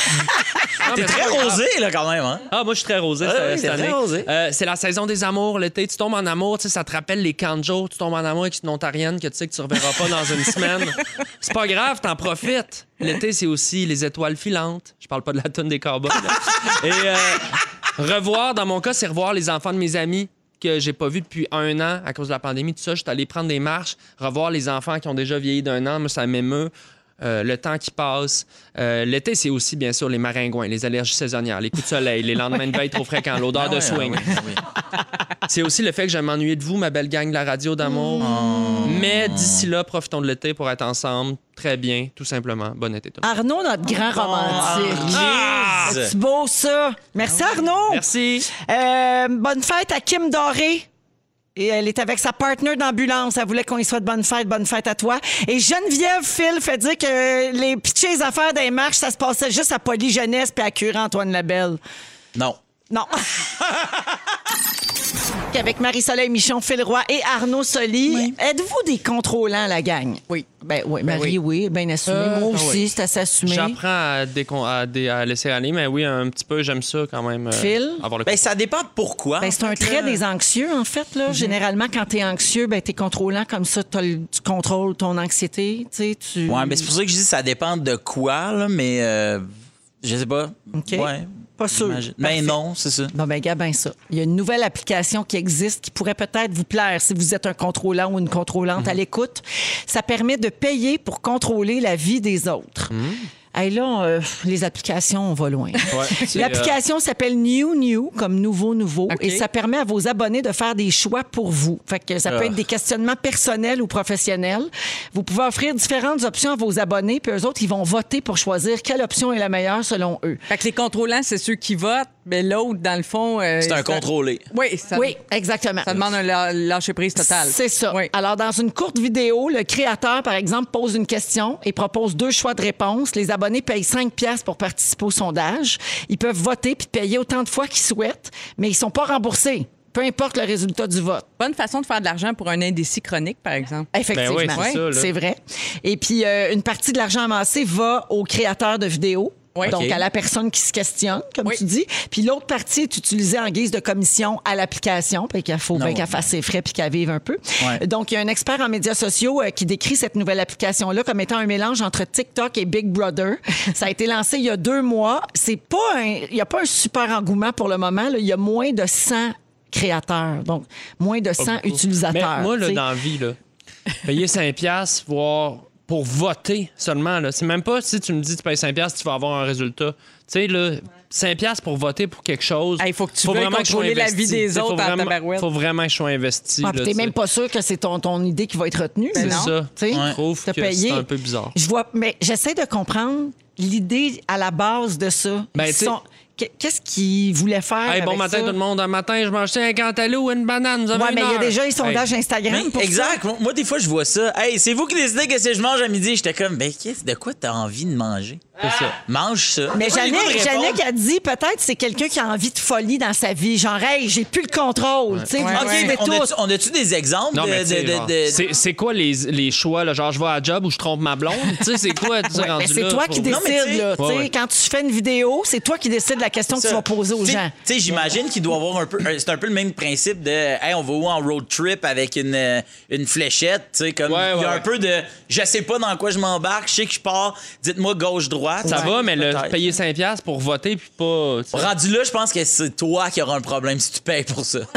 T'es très rosé, là, quand même. Hein? Ah, moi, je suis très rosé cette année. Très rosé. C'est la saison des amours, l'été. Tu tombes en amour, tu sais, ça te rappelle les camps de jour. Tu tombes en amour avec une ontarienne que tu sais que tu reverras pas dans une semaine. C'est pas grave, t'en profites. L'été, c'est aussi les étoiles filantes. Je parle pas de la toune des cowboys. Et revoir, dans mon cas, c'est revoir les enfants de mes amis que j'ai pas vu depuis 1 an à cause de la pandémie, tout ça. Je suis allé prendre des marches, revoir les enfants qui ont déjà vieilli d'1 an. Moi, ça m'émeut. Le temps qui passe. L'été, c'est aussi, bien sûr, les maringouins, les allergies saisonnières, les coups de soleil, les lendemains de veille trop fréquents, l'odeur de swing. C'est aussi le fait que je vais m'ennuyer de vous, ma belle gang de la radio d'amour. Mais d'ici là, profitons de l'été pour être ensemble. Très bien, tout simplement. Bon été, tout le monde. Arnaud, notre grand romantique. Ah! C'est beau, ça. Merci, Arnaud. Merci. Bonne fête à Kim Doré. Et elle est avec sa partenaire d'ambulance. Elle voulait qu'on y souhaite bonne fête à toi. Et Geneviève Phil fait dire que les pitchers les affaires des marches, ça se passait juste à Polyjeunesse puis à Curé-Antoine Labelle. Non. Non. Avec Marie-Soleil Michon, Phil Roy et Arnaud Soli. Oui. Êtes-vous des contrôlants, la gang? Oui. Ben oui, Marie, oui, bien assumé. Moi aussi, c'est assez assumé. J'apprends à laisser aller, mais oui, un petit peu, j'aime ça quand même. Phil? Avoir le Ben, ça dépend pourquoi. Ben, c'est un trait des anxieux, en fait. Là. Généralement, quand t'es anxieux, ben, t'es contrôlant comme ça. Tu contrôles ton anxiété. Tu... Ouais, ben, c'est pour ça que je dis que ça dépend de quoi, là, mais je sais pas. OK. Ouais. Pas sûr. Ben non, c'est ça. Bon, ben, gars, ben ça. Il y a une nouvelle application qui existe qui pourrait peut-être vous plaire si vous êtes un contrôlant ou une contrôlante à l'écoute. Ça permet de payer pour contrôler la vie des autres. Hey, là, les applications, on va loin. L'application s'appelle New, comme nouveau, Okay. et ça permet à vos abonnés de faire des choix pour vous. Fait que ça peut être des questionnements personnels ou professionnels. Vous pouvez offrir différentes options à vos abonnés, puis eux autres, ils vont voter pour choisir quelle option est la meilleure selon eux. Fait que les contrôlants, c'est ceux qui votent, mais l'autre, dans le fond... C'est un contrôlé. Oui, Oui, exactement. Ça demande un lâcher-prise total. C'est ça. Oui. Alors, dans une courte vidéo, le créateur, par exemple, pose une question et propose 2 choix de réponse. Les abonnés payent 5 $ pour participer au sondage. Ils peuvent voter puis payer autant de fois qu'ils souhaitent, mais ils ne sont pas remboursés, peu importe le résultat du vote. Bonne façon de faire de l'argent pour un indécis chronique, par exemple. Effectivement. Ben oui, c'est ça, là. C'est vrai. Et puis, une partie de l'argent amassé va au créateur de vidéos. Oui. Donc, OK. à la personne qui se questionne, comme Oui. tu dis. Puis l'autre partie est utilisée en guise de commission à l'application. Puis qu'il faut bien qu'elle fasse ses frais puis qu'elle vive un peu. Ouais. Donc, il y a un expert en médias sociaux qui décrit cette nouvelle application-là comme étant un mélange entre TikTok et Big Brother. Ça a été lancé il y a 2 mois. Il n'y a pas un super engouement pour le moment. Là. Il y a moins de 100 créateurs. Donc, moins de 100 utilisateurs. Mais moi, là, t'sais. dans la vie, là, payer 5$, voire pour voter seulement, là. C'est même pas si tu me dis tu payes 5$, tu vas avoir un résultat. Tu sais, là, 5$ pour voter pour quelque chose. Il faut que tu veuilles contrôler la vie des autres en tabarouette. Faut vraiment que je sois investi. Ah, là, puis t'es tu sais. même pas sûr que c'est ton idée qui va être retenue. Ben là. non. Ça. Tu sais, Je trouve t'as que payé. c'est un peu bizarre. Je vois, mais j'essaie de comprendre l'idée à la base de ça. Ben, Ils tu sais- Qu'est-ce qu'ils voulaient faire Hey, bon avec matin ça? tout le monde. Un matin, je mangeais un cantaloupe ou une banane. Vous avez Ouais, une mais il y a heure. déjà les sondages Hey. Instagram Mais pour exact. ça. Moi, des fois, je vois ça. Hey, c'est vous qui décidez que je mange à midi. J'étais comme, ben, de quoi t'as envie de manger? C'est ça. Mange ça. Mais Moi, j'ai le goût de répondre. Jannick a dit peut-être c'est quelqu'un qui a envie de folie dans sa vie. Genre, hey, j'ai plus le contrôle. Tu sais, vous OK, vivez mais tout. on a-tu des exemples Non, mais tu sais, genre, c'est quoi les choix? Là? Genre, je vais à la job ou je trompe ma blonde? Tu sais, c'est quoi? Ouais, rendu mais c'est là toi pour- qui Non, mais tu décides. sais- Là. Ouais, Tu sais, ouais. Quand tu fais une vidéo, c'est toi qui décides la question que tu Ça. vas poser aux gens. Tu sais, j'imagine qu'il doit avoir un peu. C'est un peu le même principe de. Hey, on va où en road trip avec une fléchette. Tu sais, comme. Ouais, il y a ouais. un peu de. Je sais pas dans quoi je m'embarque. Je sais que je pars. Dites-moi gauche-droite. Ça va, mais peut-être. payer 5$ pour voter, puis pas. tu sais. Rendu là, je pense que c'est toi qui auras un problème si tu payes pour ça.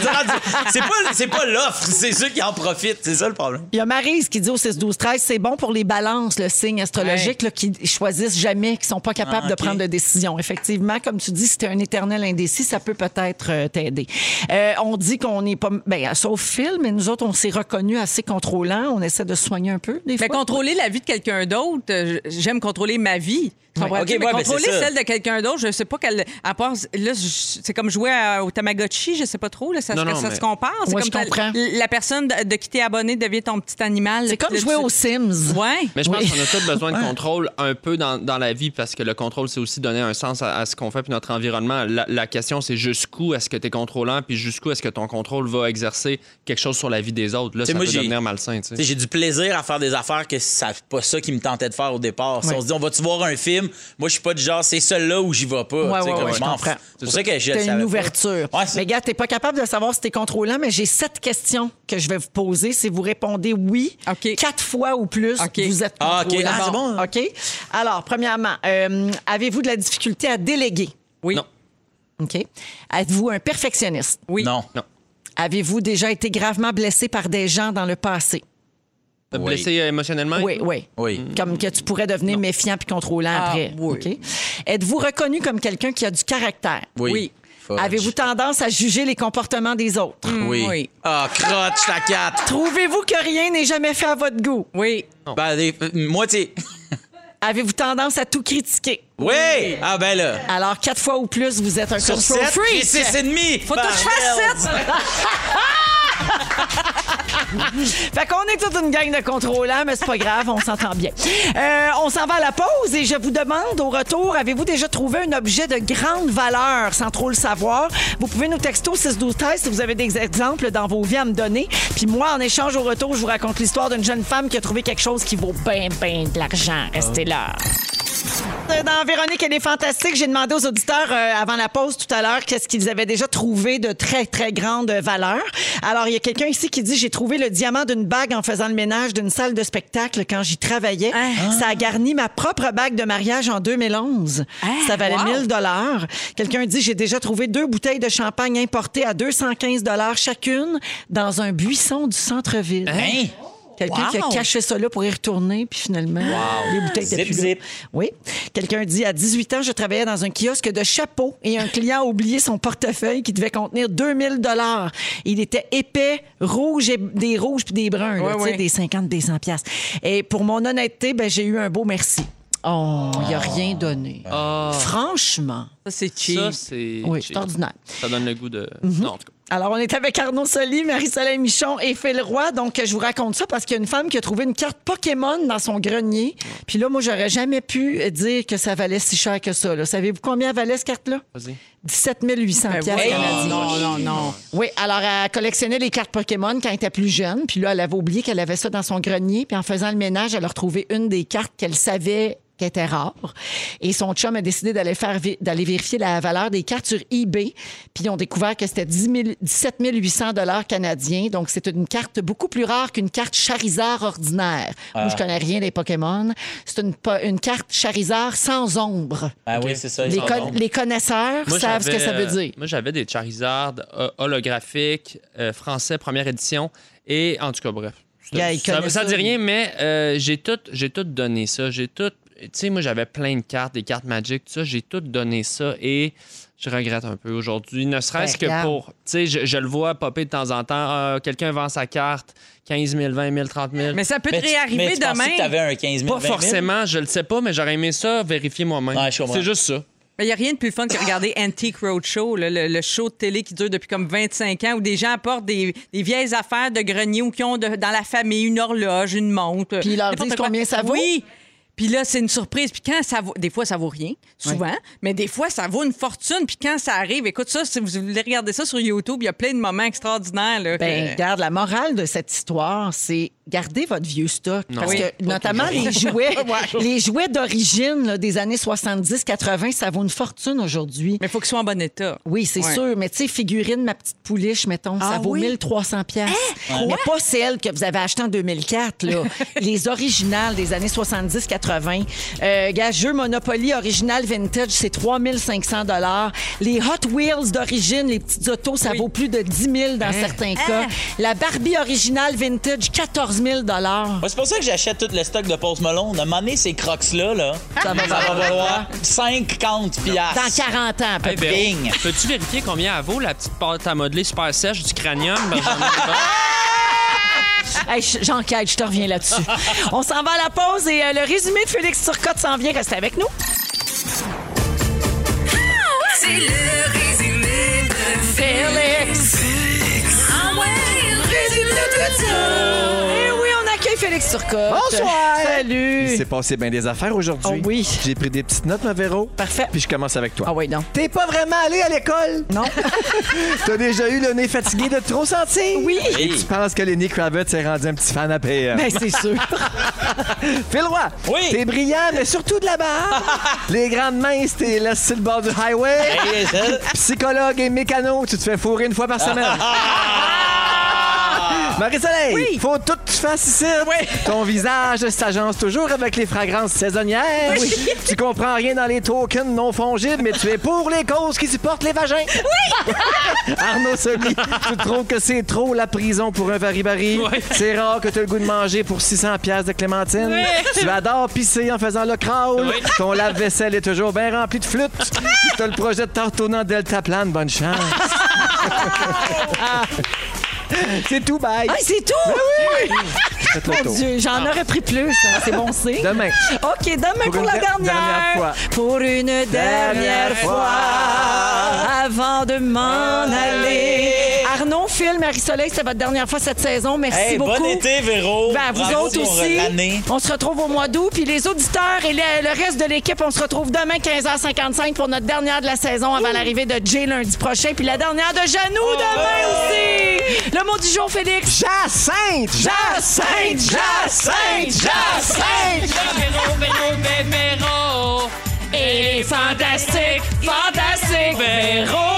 C'est pas l'offre, c'est ceux qui en profitent. C'est ça le problème. Il y a Maryse qui dit au 6-12-13, c'est bon pour les balances, le signe astrologique, là, qui choisissent jamais, qui sont pas capables de OK. prendre de décision. Effectivement, comme tu dis, si t'es un éternel indécis, ça peut peut-être t'aider. On dit qu'on n'est pas... Ben, sauf Phil, mais nous autres, on s'est reconnus assez contrôlants. On essaie de se soigner un peu, des fois. Mais contrôler la vie de quelqu'un d'autre, j'aime contrôler ma vie. Tu comprends-tu? OK, Mais ouais, mais contrôler c'est ça. celle de quelqu'un d'autre, je sais pas quelle. À part, là, c'est comme jouer au Tamagotchi, je sais pas trop. Là, ça Non, ça mais- se compare. C'est Ouais, comme je comprends. la personne de qui t'es abonné devient ton petit animal. C'est comme Là, jouer aux Sims. Ouais. Mais je pense Oui. qu'on a tous besoin de contrôle un peu dans la vie parce que le contrôle, c'est aussi donner un sens à ce qu'on fait puis notre environnement. La question, c'est jusqu'où est-ce que tu es contrôlant puis jusqu'où est-ce que ton contrôle va exercer quelque chose sur la vie des autres. Là, T'sais, ça moi, peut j'ai- devenir malsain. tu sais. T'sais, j'ai du plaisir à faire des affaires que c'est pas ça qui me tentait de faire au départ. Si Ouais. on se dit, on va-tu voir un film? Moi, je suis pas du genre, c'est celui-là où j'y vais pas. Ouais, T'sais, ouais, comme ouais, je m'en comprends. fous. C'est pour ça que je le T'as savais une pas. ouverture. Ouais, c'est- Mais gars, t'es pas capable de savoir si t'es contrôlant, mais j'ai 7 questions que je vais vous poser. Si vous répondez oui, OK. 4 fois ou plus, OK. vous êtes Ah, OK. contrôlant. Ah, c'est bon. OK? Alors, premièrement, avez-vous de la difficulté à déléguer? Oui. Non. OK. Êtes-vous un perfectionniste? Oui. Non. Avez-vous déjà été gravement blessé par des gens dans le passé? Blessé émotionnellement? Oui, oui. Oui. Comme que tu pourrais devenir méfiant puis contrôlant Ah, après. oui. OK? Êtes-vous reconnu comme quelqu'un qui a du caractère? Oui. Fudge. Avez-vous tendance à juger les comportements des autres? Oui. Oui. Ah, crotte, ta 4. Trouvez-vous que rien n'est jamais fait à votre goût? Oui. Ben, moi, tu sais. Avez-vous tendance à tout critiquer? Oui! Ah, ben là. Alors, 4 fois ou plus, vous êtes un Sur control 7, freak. j'ai 6,5. Faut que je fasse 7. Fait qu'on est toute une gang de contrôlants, mais c'est pas grave, on s'entend bien. On s'en va à la pause et je vous demande au retour, avez-vous déjà trouvé un objet de grande valeur sans trop le savoir? Vous pouvez nous texter au 6-12-13 si vous avez des exemples dans vos vies à me donner. Puis moi, en échange au retour, je vous raconte l'histoire d'une jeune femme qui a trouvé quelque chose qui vaut bien de l'argent. Restez là. Dans Véronique, elle est fantastique. J'ai demandé aux auditeurs avant la pause tout à l'heure qu'est-ce qu'ils avaient déjà trouvé de très, très grande valeur. Alors, il y a quelqu'un ici qui dit « J'ai trouvé le diamant d'une bague en faisant le ménage d'une salle de spectacle quand j'y travaillais. Ça a garni ma propre bague de mariage en 2011. Ça valait wow. 1000 $. Quelqu'un dit « J'ai déjà trouvé 2 bouteilles de champagne importées à 215 $ chacune dans un buisson du centre-ville. Hein? Quelqu'un qui a caché ça là pour y retourner, puis finalement, les bouteilles étaient Zip, plus là. zip. Oui. Quelqu'un dit, à 18 ans, je travaillais dans un kiosque de chapeaux et un client a oublié son portefeuille qui devait contenir 2000 $. Il était épais, rouge, et des rouges puis des bruns, là, Ouais, tu sais, ouais. des 50, des 100 piastres. Et pour mon honnêteté, ben, j'ai eu un beau merci. Oh, il n'y a rien donné. Franchement. Ça, c'est cheap. Ça, c'est. Oui, cheap. c'est ordinaire. Ça donne le goût de. Non, en tout cas. Alors, on est avec Arnaud Soli, Marie-Soleil Michon et Phil Roy. Donc, je vous raconte ça parce qu'il y a une femme qui a trouvé une carte Pokémon dans son grenier. Puis là, moi, j'aurais jamais pu dire que ça valait si cher que ça. Là. Savez-vous combien valait cette carte-là? Vas-y. 17 800 Ben, piastres voyons. canadiens. Non. Oui, alors elle collectionnait les cartes Pokémon quand elle était plus jeune. Puis là, elle avait oublié qu'elle avait ça dans son grenier. Puis en faisant le ménage, elle a retrouvé une des cartes qu'elle savait qui était rare. Et son chum a décidé d'aller vérifier la valeur des cartes sur eBay. Puis ils ont découvert que c'était 17 800 $ canadiens. Donc, c'est une carte beaucoup plus rare qu'une carte Charizard ordinaire. Moi, je connais rien des Pokémon. C'est une carte Charizard sans ombre. Ah oui, c'est ça. Les connaisseurs Moi, savent ce que ça veut dire. Moi, j'avais des Charizard holographiques, français, première édition. Et en tout cas, bref. Gars, il connaît Ça ça. dit rien, mais j'ai tout donné ça. J'ai tout. Tu sais, moi, j'avais plein de cartes, des cartes Magic, tout ça. J'ai tout donné ça et je regrette un peu aujourd'hui. Ne serait-ce que regarde. pour. Tu sais, je le vois popper de temps en temps. Quelqu'un vend sa carte, 15 000, 20 000, 30 000. Mais ça peut te mais réarriver tu pensais demain. que t'avais un 15 000, Pas 20 000? forcément, je le sais pas, mais j'aurais aimé ça vérifier moi-même. Ouais, je comprends. C'est juste ça. Il n'y a rien de plus fun que regarder Antique Roadshow, là, le show de télé qui dure depuis comme 25 ans, où des gens apportent des vieilles affaires de grenier ou qui ont dans la famille une horloge, une montre. Puis ils leur n'importe disent quoi. combien ça vaut? Oui. Puis là, c'est une surprise. Puis quand ça vaut... Des fois, ça vaut rien, souvent. Mais des fois, ça vaut une fortune. Puis quand ça arrive, écoute ça, si vous voulez regarder ça sur YouTube, il y a plein de moments extraordinaires. Là, regarde, la morale de cette histoire, c'est garder votre vieux stock. Non. Parce que, notamment, les jouets d'origine là, des années 70-80, ça vaut une fortune aujourd'hui. Mais il faut qu'ils soient en bon état. Oui, c'est sûr. Mais tu sais, figurine, ma petite pouliche, mettons, ça vaut 1300 $. Mais pas celle que vous avez achetée en 2004. Là. Les originales des années 70-80. Jeu Monopoly original vintage, c'est 3500 $. Les Hot Wheels d'origine, les petites autos, ça vaut plus de 10 000 dans certains cas. La Barbie originale vintage, 14 000 $. C'est pour ça que j'achète tout le stock de Post Malone. À un moment donné, ces crocs-là, ça va valoir 50 piastres. Dans 40 ans, à peu près. Bing! Peux-tu vérifier combien elle vaut, la petite pâte à modeler super sèche du cranium? Hey, j'enquête, je te reviens là-dessus. On s'en va à la pause et le résumé de Félix Turcotte s'en vient. Restez avec nous. C'est le résumé de Félix. Ah ouais, le résumé de tout ça. Eh oui, on accueille Félix Turcotte. Bonsoir. Salut. Il s'est passé bien des affaires aujourd'hui. Oh oui. J'ai pris des petites notes, ma Véro. Parfait. Puis je commence avec toi. Ah oui, non. T'es pas vraiment allé à l'école? Non. T'as déjà eu le nez fatigué de trop sentir? Oui. Et tu penses que Lenny Kravitz s'est rendu un petit fan à PR? Ben, c'est sûr. Phil Roy, Oui. t'es brillant, mais surtout de la barbe. Les grandes mains, t'es là sur le bord du highway. Psychologue et mécano, tu te fais fourrer une fois par semaine. Marie-Soleil, faut tout que tu fasses ici. Ton visage s'agence toujours avec les fragrances saisonnières. Tu comprends rien dans les tokens non fongibles, mais tu es pour les causes qui supportent les vagins. Arnaud Soli, tu trouves que c'est trop la prison pour un varibari. C'est rare que tu aies le goût de manger pour 600 piastres de clémentine. Tu adores pisser en faisant le crawl. Ton lave-vaisselle est toujours bien rempli de flûtes. Tu as le projet de t'en retourner en deltaplane. Bonne chance. C'est tout, bye. Ah, c'est tout? Oui. Mon Dieu, j'en aurais pris plus. Hein. C'est bon, c'est. Demain. OK, demain pour la dernière fois. Pour une dernière fois. Avant de m'en aller. Arnaud, Phil, Marie-Soleil, c'est votre dernière fois cette saison. Merci beaucoup. Bon été, Véro. Ben, vous Bravo autres pour aussi. l'année. On se retrouve au mois d'août. Puis les auditeurs et le reste de l'équipe, on se retrouve demain 15h55 pour notre dernière de la saison avant l'arrivée de Jay lundi prochain. Puis la dernière de Janou demain aussi. Le mot du jour, Félix. Jacinthe! Jacinthe! Jacinthe! Jacinthe! Véro. Et fantastique, fantastique, Véro.